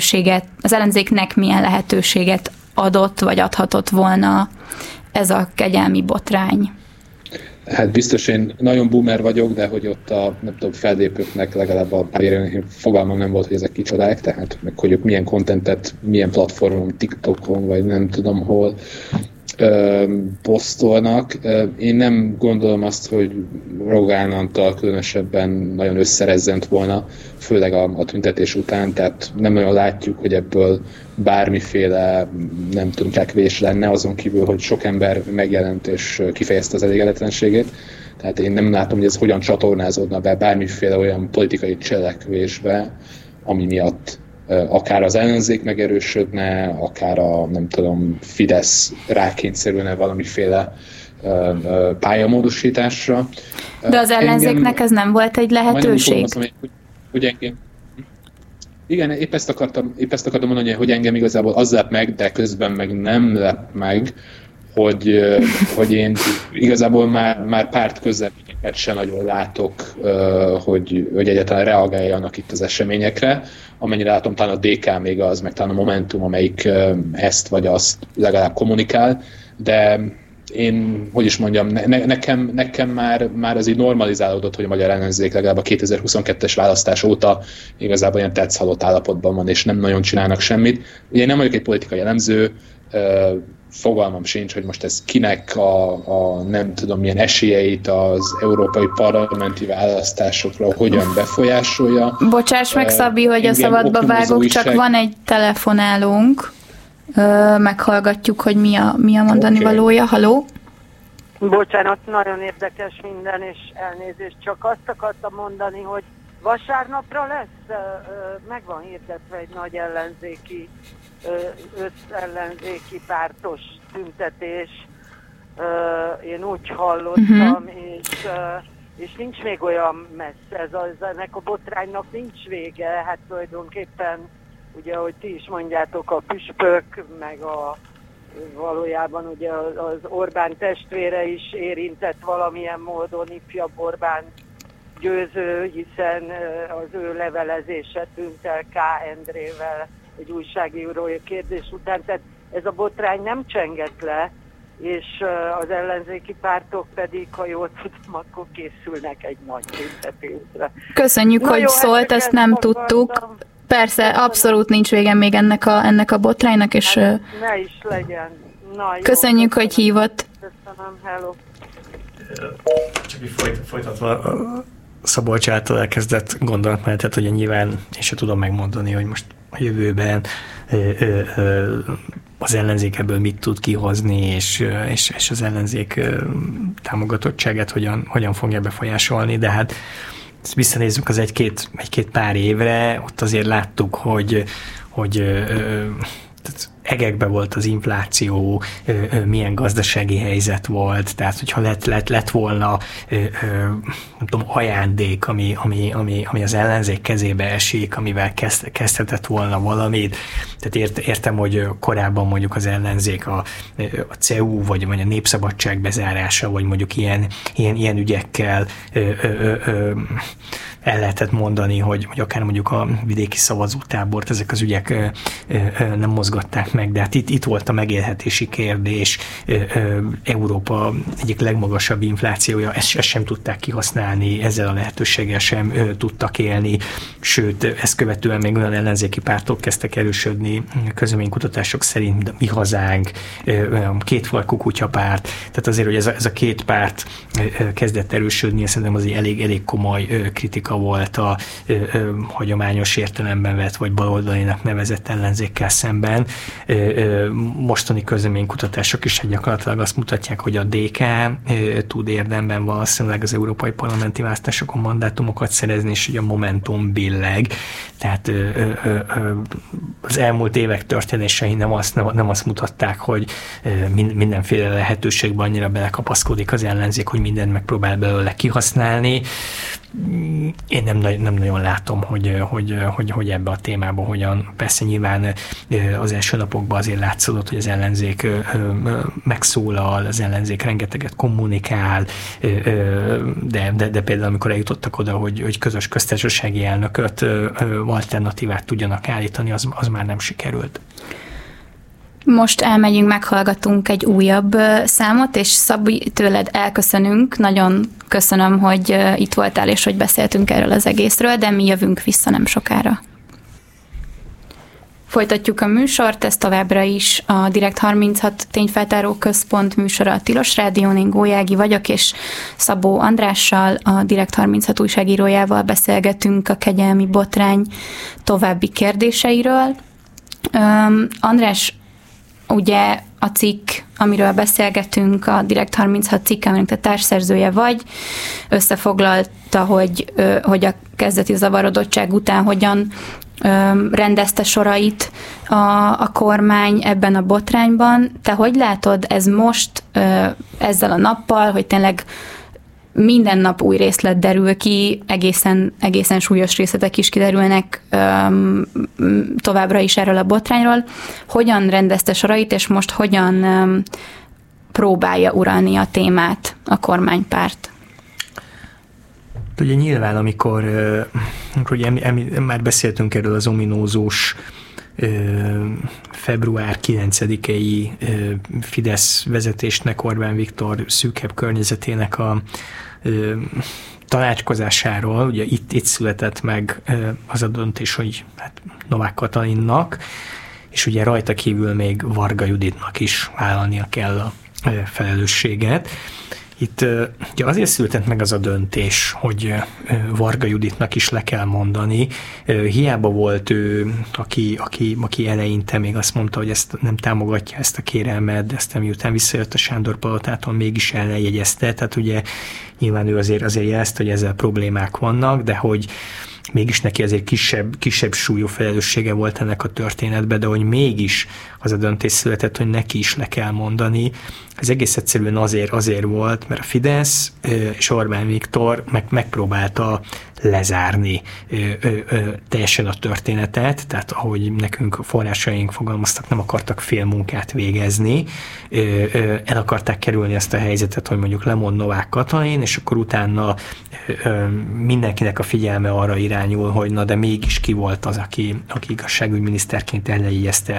lehetőséget adott, vagy adhatott volna ez a kegyelmi botrány? Hát biztos én nagyon boomer vagyok, de hogy ott a fellépőknek legalább a fogalmam nem volt, hogy ezek kicsodák, tehát meg hogy ők milyen contentet, milyen platformon, TikTokon, vagy nem tudom hol posztolnak. Én nem gondolom azt, hogy Rogán Antal különösebben nagyon összerezzent volna, főleg a tüntetés után, tehát nem nagyon látjuk, hogy ebből bármiféle, nem tudom, cselekvés lenne, azon kívül, hogy sok ember megjelent és kifejezte az elégedetlenségét. Tehát én nem látom, hogy ez hogyan csatornázódna be bármiféle olyan politikai cselekvésbe, ami miatt akár az ellenzék megerősödne, akár a, nem tudom, Fidesz rákényszerülne valamiféle pályamódosításra. De az ellenzéknek ez nem volt egy lehetőség? Igen, épp ezt akartam mondani, hogy engem igazából az lep meg, de közben meg nem lep meg, hogy én igazából már párt közleményeket sem nagyon látok, hogy egyáltalán reagáljanak itt az eseményekre. Amennyire látom, talán a DK még az, meg talán a Momentum, amelyik ezt vagy azt legalább kommunikál, de én, hogy is mondjam, nekem már az így normalizálódott, hogy a magyar ellenzék legalább a 2022-es választás óta igazából ilyen tetszhalott állapotban van, és nem nagyon csinálnak semmit. Ugye én nem vagyok egy politikai elemző, fogalmam sincs, hogy most ez kinek a nem tudom milyen esélyeit az európai parlamenti választásokra hogyan befolyásolja. Bocsáss meg, Szabi, hogy a szabadba vágok, csak van egy telefonálónk. Meghallgatjuk, hogy mi a mondani valója. Halló? Bocsánat, nagyon érdekes minden, és elnézést. Csak azt akartam mondani, hogy vasárnapra lesz, meg van hirdetve egy nagy ellenzéki, összellenzéki pártos tüntetés. Én úgy hallottam, és nincs még olyan messze. Ennek a botránynak nincs vége, hát tulajdonképpen ugye, ahogy ti is mondjátok, a püspök, meg valójában ugye az Orbán testvére is érintett valamilyen módon, ifjabb Orbán győző, hiszen az ő levelezése tűnt el K. Endrével egy újságírói kérdés után. Tehát ez a botrány nem csengett le, és az ellenzéki pártok pedig, ha jól tudom, akkor készülnek egy nagy tüntetésre. Köszönjük, hogy szólt, ezt nem tudtuk. Persze, abszolút nincs vége még ennek a botránynak, és ne is legyen. Na, jó, köszönjük, hogy hívott. Köszönöm, hello. Csak így folytatva Szabolcs által elkezdett gondolatmenetet, hogy nyilván én sem tudom megmondani, hogy most a jövőben az ellenzék ebből mit tud kihozni, és az ellenzék támogatottságát hogyan fogja befolyásolni, de hát ezt visszanézzük az egy-két pár évre, ott azért láttuk, hogy egekbe volt az infláció, milyen gazdasági helyzet volt, tehát hogyha lett volna nem tudom, ajándék, ami az ellenzék kezébe esik, amivel kezdhetett volna valamit. Tehát értem, hogy korábban mondjuk az ellenzék a CEU, vagy a népszabadság bezárása, vagy mondjuk ilyen ügyekkel el lehetett mondani, hogy akár mondjuk a vidéki szavazótábort ezek az ügyek nem mozgatták meg, de hát itt volt a megélhetési kérdés, Európa egyik legmagasabb inflációja, ezt sem tudták kihasználni, ezzel a lehetőséggel sem tudtak élni, sőt, ezt követően még olyan ellenzéki pártok kezdtek erősödni, közleménykutatások szerint, mint a Mi Hazánk, kétfarkú kutyapárt, tehát azért, hogy ez a két párt kezdett erősödni, szerintem az egy elég komoly kritika volt a hagyományos értelemben vett, vagy baloldalinak nevezett ellenzékkel szemben. Mostani közleménykutatások is gyakorlatilag azt mutatják, hogy a DK tud érdemben valószínűleg az európai parlamenti választásokon mandátumokat szerezni, és hogy a Momentum billeg. Tehát az elmúlt évek történései nem azt mutatták, hogy mindenféle lehetőségben annyira belekapaszkodik az ellenzék, hogy mindent megpróbál belőle kihasználni. Én nem nagyon látom, hogy ebbe a témába hogyan. Persze nyilván az első napokban azért látszódott, hogy az ellenzék megszólal, az ellenzék rengeteget kommunikál, de például amikor eljutottak oda, hogy közös köztársasági elnököt, alternatívát tudjanak állítani, az már nem sikerült. Most elmegyünk, meghallgatunk egy újabb számot, és Szabi, tőled elköszönünk. Nagyon köszönöm, hogy itt voltál, és hogy beszéltünk erről az egészről, de mi jövünk vissza nem sokára. Folytatjuk a műsort, ez továbbra is a Direkt 36 tényfeltáró központ műsora a Tilos Rádión. Én Gólyági vagyok, és Szabó Andrással, a Direkt 36 újságírójával beszélgetünk a kegyelmi botrány további kérdéseiről. András, ugye a cikk, amiről beszélgetünk, a Direkt 36 cikk, aminek te társszerzője vagy, összefoglalta, hogy a kezdeti zavarodottság után hogyan rendezte sorait a kormány ebben a botrányban. Te hogy látod, ez most ezzel a nappal, hogy tényleg minden nap új részlet derül ki, egészen súlyos részletek is kiderülnek továbbra is erről a botrányról. Hogyan rendezte sorait, és most hogyan próbálja uralni a témát a kormánypárt? Ugye nyilván, amikor ugye már beszéltünk erről az ominózus február 9-i Fidesz vezetésnek, Orbán Viktor szűkebb környezetének a tanácskozásáról, ugye itt született meg az a döntés, hogy hát Novák Katalinnak, és ugye rajta kívül még Varga Juditnak is vállalnia kell a felelősséget. Itt ugye azért született meg az a döntés, hogy Varga Juditnak is le kell mondani. Hiába volt ő, aki eleinte még azt mondta, hogy ezt nem támogatja ezt a kérelmet, de aztán miután visszajött a Sándor Palotától, mégis eljegyezte. Tehát ugye nyilván ő azért jelezte, hogy ezzel problémák vannak, de hogy mégis neki azért kisebb súlyú felelőssége volt ennek a történetben, de hogy mégis az a döntés született, hogy neki is le kell mondani. Ez egész egyszerűen azért volt, mert a Fidesz és Orbán Viktor megpróbálta lezárni teljesen a történetet, tehát ahogy nekünk forrásaink fogalmaztak, nem akartak félmunkát végezni, el akarták kerülni ezt a helyzetet, hogy mondjuk lemond Novák Katalin, és akkor utána mindenkinek a figyelme arra irányul, irányul, hogy na de mégis ki volt az, aki igazságügyminiszterként elejézte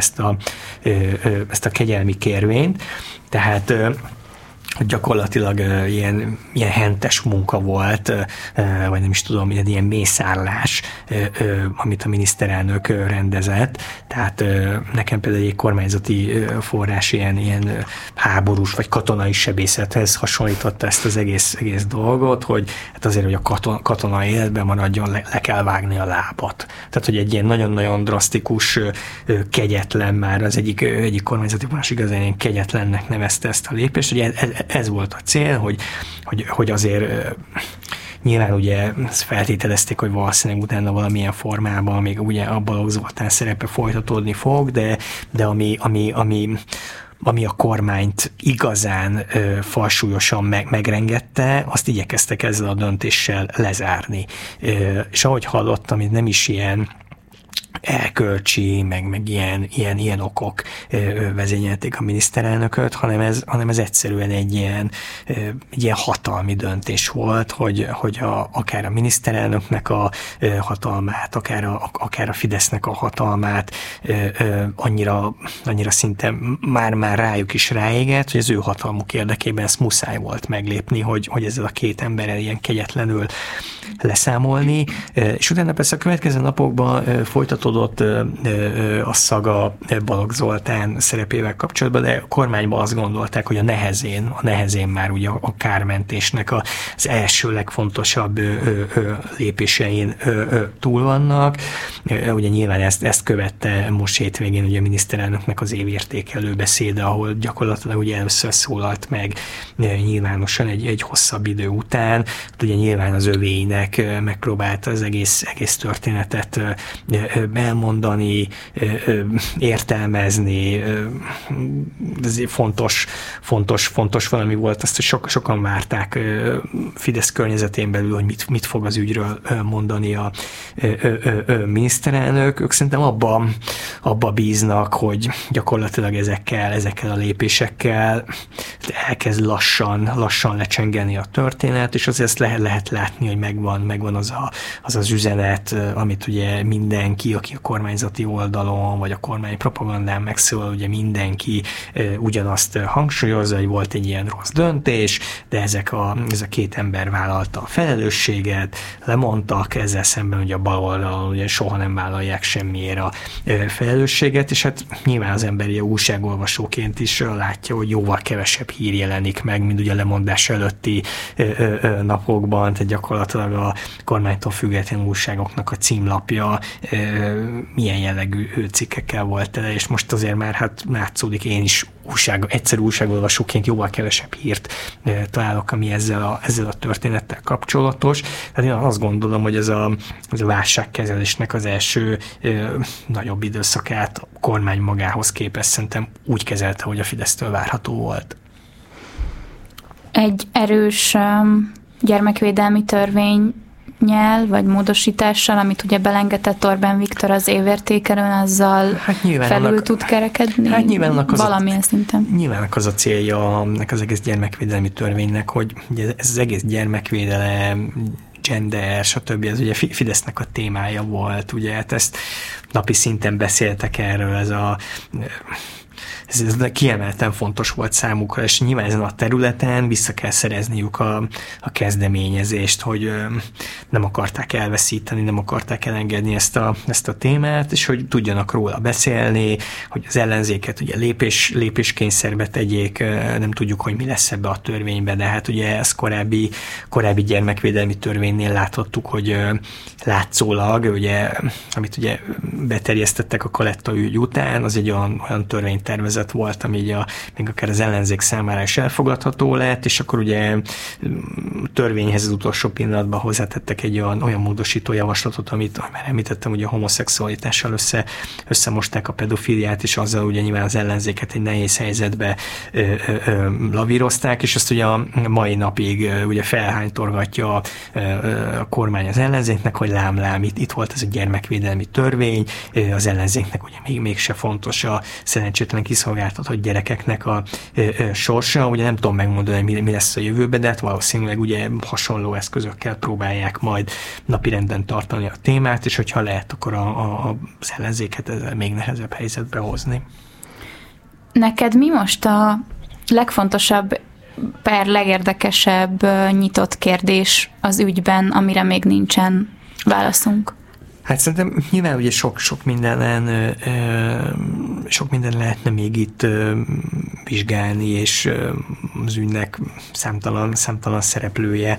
ezt a kegyelmi kérvényt. Tehát gyakorlatilag ilyen hentes munka volt, vagy nem is tudom, ilyen mészárlás, amit a miniszterelnök rendezett. Tehát nekem például egy kormányzati forrás ilyen háborús vagy katonai sebészethez hasonlította ezt az egész dolgot, hogy hát azért, hogy a katona életben maradjon, le kell vágni a lábat. Tehát, hogy egy ilyen nagyon-nagyon drasztikus, kegyetlen, már az egyik kormányzati forrás igazán ilyen kegyetlennek nevezte ezt a lépést, hogy ez volt a cél, hogy azért nyilván ugye feltételezték, hogy valószínűleg utána valamilyen formában még ugye a Balogh Zoltán szerepe folytatódni fog, de ami a kormányt igazán falsúlyosan megrengette, azt igyekeztek ezzel a döntéssel lezárni. És ahogy hallottam, itt nem is ilyen elkölcsi, meg ilyen okok vezényelték a miniszterelnököt, hanem ez egyszerűen egy ilyen hatalmi döntés volt, hogy akár a miniszterelnöknek a hatalmát, akár a Fidesznek a hatalmát annyira szinte már rájuk is ráégett, hogy az ő hatalmuk érdekében ezt muszáj volt meglépni, hogy ezzel a két emberrel ilyen kegyetlenül leszámolni, és utána persze a következő napokban folytatódott a szaga Balogh Zoltán szerepével kapcsolatban, de a kormányban azt gondolták, hogy a nehezén már ugye a kármentésnek az első legfontosabb lépésein túl vannak. Ugye nyilván ezt követte most hétvégén ugye a miniszterelnöknek az évértékelő beszéde, ahol gyakorlatilag ugye először szólalt meg nyilvánosan egy hosszabb idő után. Ugye nyilván az övéinek megpróbálta az egész történetet elmondani, értelmezni. Ez fontos valami volt, azt sokan várták Fidesz környezetén belül, hogy mit fog az ügyről mondani a miniszterelnök. Ők szerintem abba bíznak, hogy gyakorlatilag ezekkel a lépésekkel elkezd lassan lecsengeni a történet, és azért lehet látni, hogy megvan az üzenet, amit ugye mindenki, aki a kormányzati oldalon, vagy a kormány propagandán megszólal, ugye mindenki ugyanazt hangsúlyozza, hogy volt egy ilyen rossz döntés, de ez a két ember vállalta a felelősséget, lemondtak, ezzel szemben ugye a baloldalon ugye soha nem vállalják semmiért a felelősséget, és hát nyilván az ember újságolvasóként is látja, hogy jóval kevesebb hír jelenik meg, mint ugye a lemondás előtti napokban, tehát gyakorlatilag a kormánytól független újságoknak a címlapja milyen jellegű cikkekkel volt tele, és most azért már hát látszódik, én is egyszerű újságolvasóként jóval kevesebb hírt találok, ami ezzel a történettel kapcsolatos. Tehát én azt gondolom, hogy ez a válságkezelésnek az első nagyobb időszakát a kormány magához képest szerintem úgy kezelte, hogy a Fidesztől várható volt. Egy erős gyermekvédelmi törvény vagy módosítással, amit ugye belengedett Orbán Viktor az évértékelőn, azzal felül tud kerekedni? Hát nyilván valamilyen szinten. Nyilván az a célja ennek az egész gyermekvédelmi törvénynek, hogy ugye ez az egész gyermekvédelem, gender, stb. Ez ugye Fidesznek a témája volt, ugye hát ezt napi szinten beszéltek erről, ez kiemelten fontos volt számukra, és nyilván ezen a területen vissza kell szerezniük a kezdeményezést, hogy nem akarták elveszíteni, nem akarták elengedni ezt a témát, és hogy tudjanak róla beszélni, hogy az ellenzéket ugye lépéskényszerbe tegyék, nem tudjuk, hogy mi lesz ebbe a törvénybe, de hát ugye ezt korábbi gyermekvédelmi törvénynél láthattuk, hogy látszólag, ugye, amit ugye beterjesztettek a Kaletta ügy után, az egy olyan törvénytervezet volt, ami így még akár az ellenzék számára is elfogadható lett, és akkor ugye törvényhez az utolsó pillanatban hozzátettek egy olyan módosító javaslatot, amit már említettem, ugye a homoszexualitással összemosták a pedofiliát, és azzal ugye nyilván az ellenzéket egy nehéz helyzetbe lavírozták, és azt ugye a mai napig ugye felhánytorgatja a kormány az ellenzéknek, hogy lám, itt volt ez a gyermekvédelmi törvény, az ellenzéknek ugye mégse fontos a szerencsétlen egyáltalán kiszolgáltatott gyerekeknek a sorsa. Ugye nem tudom megmondani, mi lesz a jövőben, de hát valószínűleg ugye hasonló eszközökkel próbálják majd napirenden tartani a témát, és hogyha lehet, akkor az ellenzéket ezzel még nehezebb helyzetbe hozni. Neked mi most a legfontosabb, legérdekesebb nyitott kérdés az ügyben, amire még nincsen válaszunk? Hát szerintem nyilván ugye sok minden lehetne még itt vizsgálni, és az ügynek számtalan szereplője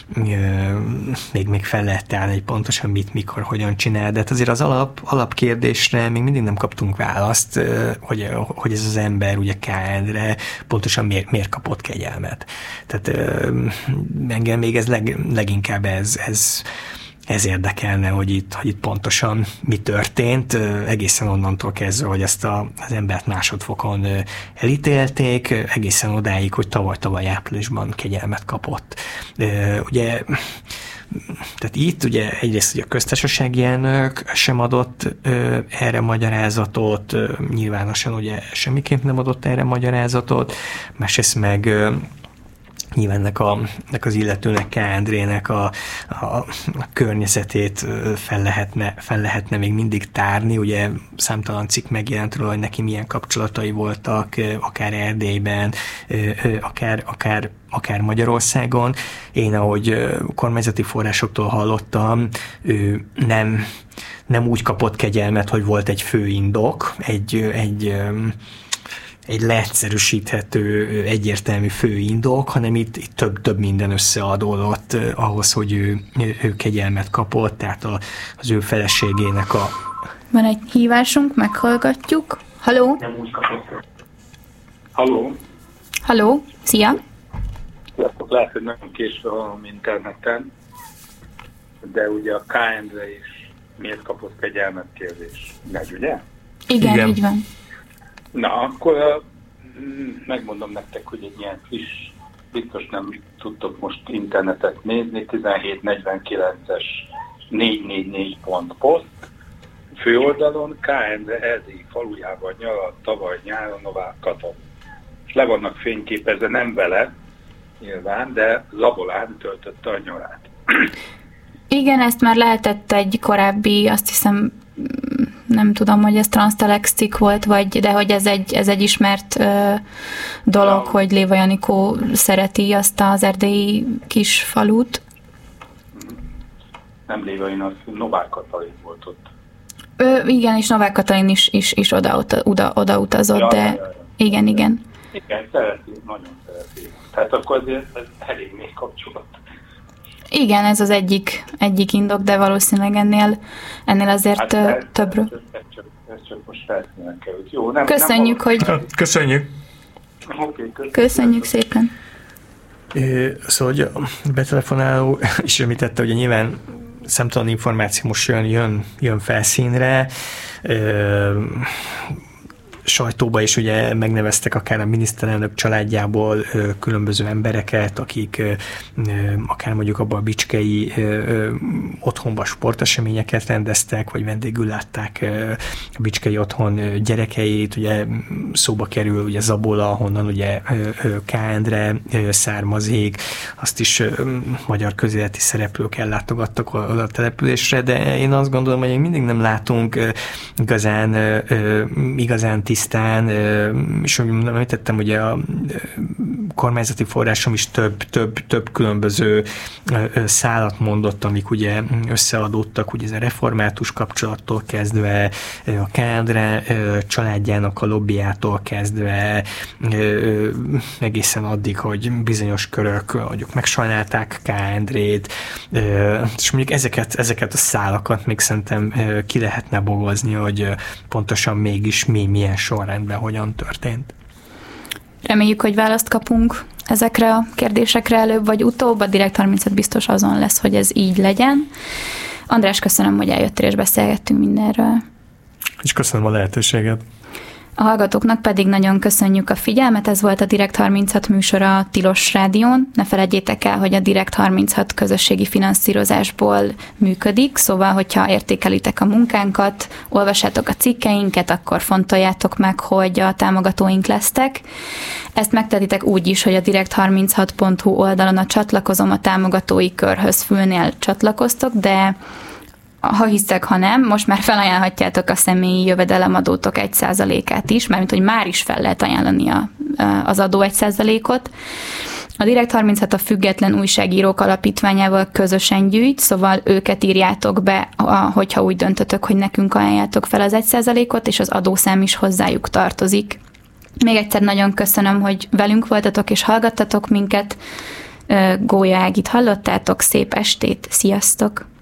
még fel lehet állni, hogy pontosan mit, mikor, hogyan csinál, de hát azért az alapkérdésre még mindig nem kaptunk választ, hogy ez az ember ugye K. Endre pontosan miért kapott kegyelmet. Tehát engem még ez leginkább ez érdekelne, hogy itt pontosan mi történt, egészen onnantól kezdve, hogy ezt az embert másodfokon elítélték, egészen odáig, hogy tavaly áprilisban kegyelmet kapott. Ugye, tehát itt ugye egyrészt ugye a köztársasági elnök sem adott erre magyarázatot, nyilvánosan ugye semmiképp nem adott erre magyarázatot, másrészt meg nyilván ennek az illetőnek, K. Endrének a környezetét fel lehetne még mindig tárni, ugye számtalan cikk megjelent róla, hogy neki milyen kapcsolatai voltak, akár Erdélyben, akár Magyarországon. Én, ahogy kormányzati forrásoktól hallottam, ő nem úgy kapott kegyelmet, hogy volt egy fő indok, egy leegyszerűsíthető, egyértelmű főindok, hanem itt több minden összeadódott ahhoz, hogy ő kegyelmet kapott, tehát az ő feleségének a... Van egy hívásunk, meghallgatjuk. Halló? Nem úgy kapott. Halló? Halló, szia! Sziasztok, lehet, hogy nagyon késve hallom interneten, de ugye a K. Endre is miért kapott kegyelmet kérdés. Megy, ugye? Igen, így van. Na, akkor megmondom nektek, hogy egy ilyen friss, biztos nem tudtok most internetet nézni, 1749-es 444.post főoldalon K. Endre erdélyi falujában nyaralt tavaly nyáron Novák Katalin. És le vannak fényképezve, nem vele nyilván, de Zabolán töltötte a nyarát. Igen, ezt már lehetett egy korábbi, azt hiszem, nem tudom, hogy ez Transtelex cikk volt, de hogy ez egy ismert dolog, hogy Léva Janikó szereti azt az erdélyi kis falut. Nem Léva Janikó, az Novák Katalin volt ott. Igen, és Novák Katalin is oda utazott, de igen. Igen, szereti, nagyon szereti. Tehát akkor azért ez elég mély kapcsolat. Igen, ez az egyik indok, de valószínűleg ennél azért többről. Ez csak most felszínen került. Jó, nem, köszönjük, hogy... Köszönjük. Köszönjük szépen. Szóval, hogy a betelefonáló is említette, hogy nyilván számtalan információ most jön felszínre, sajtóba is ugye megneveztek akár a miniszterelnök családjából különböző embereket, akik akár mondjuk abban a bicskei otthonban sporteseményeket rendeztek, vagy vendégül látták a bicskei otthon gyerekeit, ugye szóba kerül ugye Zabola, ahonnan ugye K. Endre származik, azt is magyar közéleti szereplők ellátogattak oda a településre, de én azt gondolom, hogy még mindig nem látunk igazán tisztán, és említettem, ugye a kormányzati forrásom is több különböző szálat mondott, amik ugye összeadódtak, ugye ez a református kapcsolattól kezdve, a K. Endre családjának a lobbyától kezdve, egészen addig, hogy bizonyos körök mondjuk megsajnálták K. Endrét, és mondjuk ezeket a szálakat még szerintem ki lehetne bogozni, hogy pontosan mégis milyen sorrendben hogyan történt. Reméljük, hogy választ kapunk ezekre a kérdésekre előbb vagy utóbb. A Direkt 35 biztos azon lesz, hogy ez így legyen. András, köszönöm, hogy eljöttél és beszélgettünk mindenről. És köszönöm a lehetőséget. A hallgatóknak pedig nagyon köszönjük a figyelmet, ez volt a Direkt 36 műsora a Tilos Rádión. Ne feledjétek el, hogy a Direkt 36 közösségi finanszírozásból működik, szóval, hogyha értékelitek a munkánkat, olvassátok a cikkeinket, akkor fontoljátok meg, hogy a támogatóink lesztek. Ezt megtehetitek úgy is, hogy a direkt36.hu oldalon a csatlakozom a támogatói körhöz fülnél csatlakoztok, de ha hiszek, ha nem, most már felajánlhatjátok a személyi jövedelemadótok 1%-át is, mármint, hogy már is fel lehet ajánlani az adó 1%-ot. A Direkt 36 a Független Újságírók Alapítványával közösen gyűjt, szóval őket írjátok be, hogyha úgy döntötök, hogy nekünk ajánljátok fel az 1%-ot, és az adószám is hozzájuk tartozik. Még egyszer nagyon köszönöm, hogy velünk voltatok és hallgattatok minket. Gólya Ágit hallottátok, szép estét, sziasztok!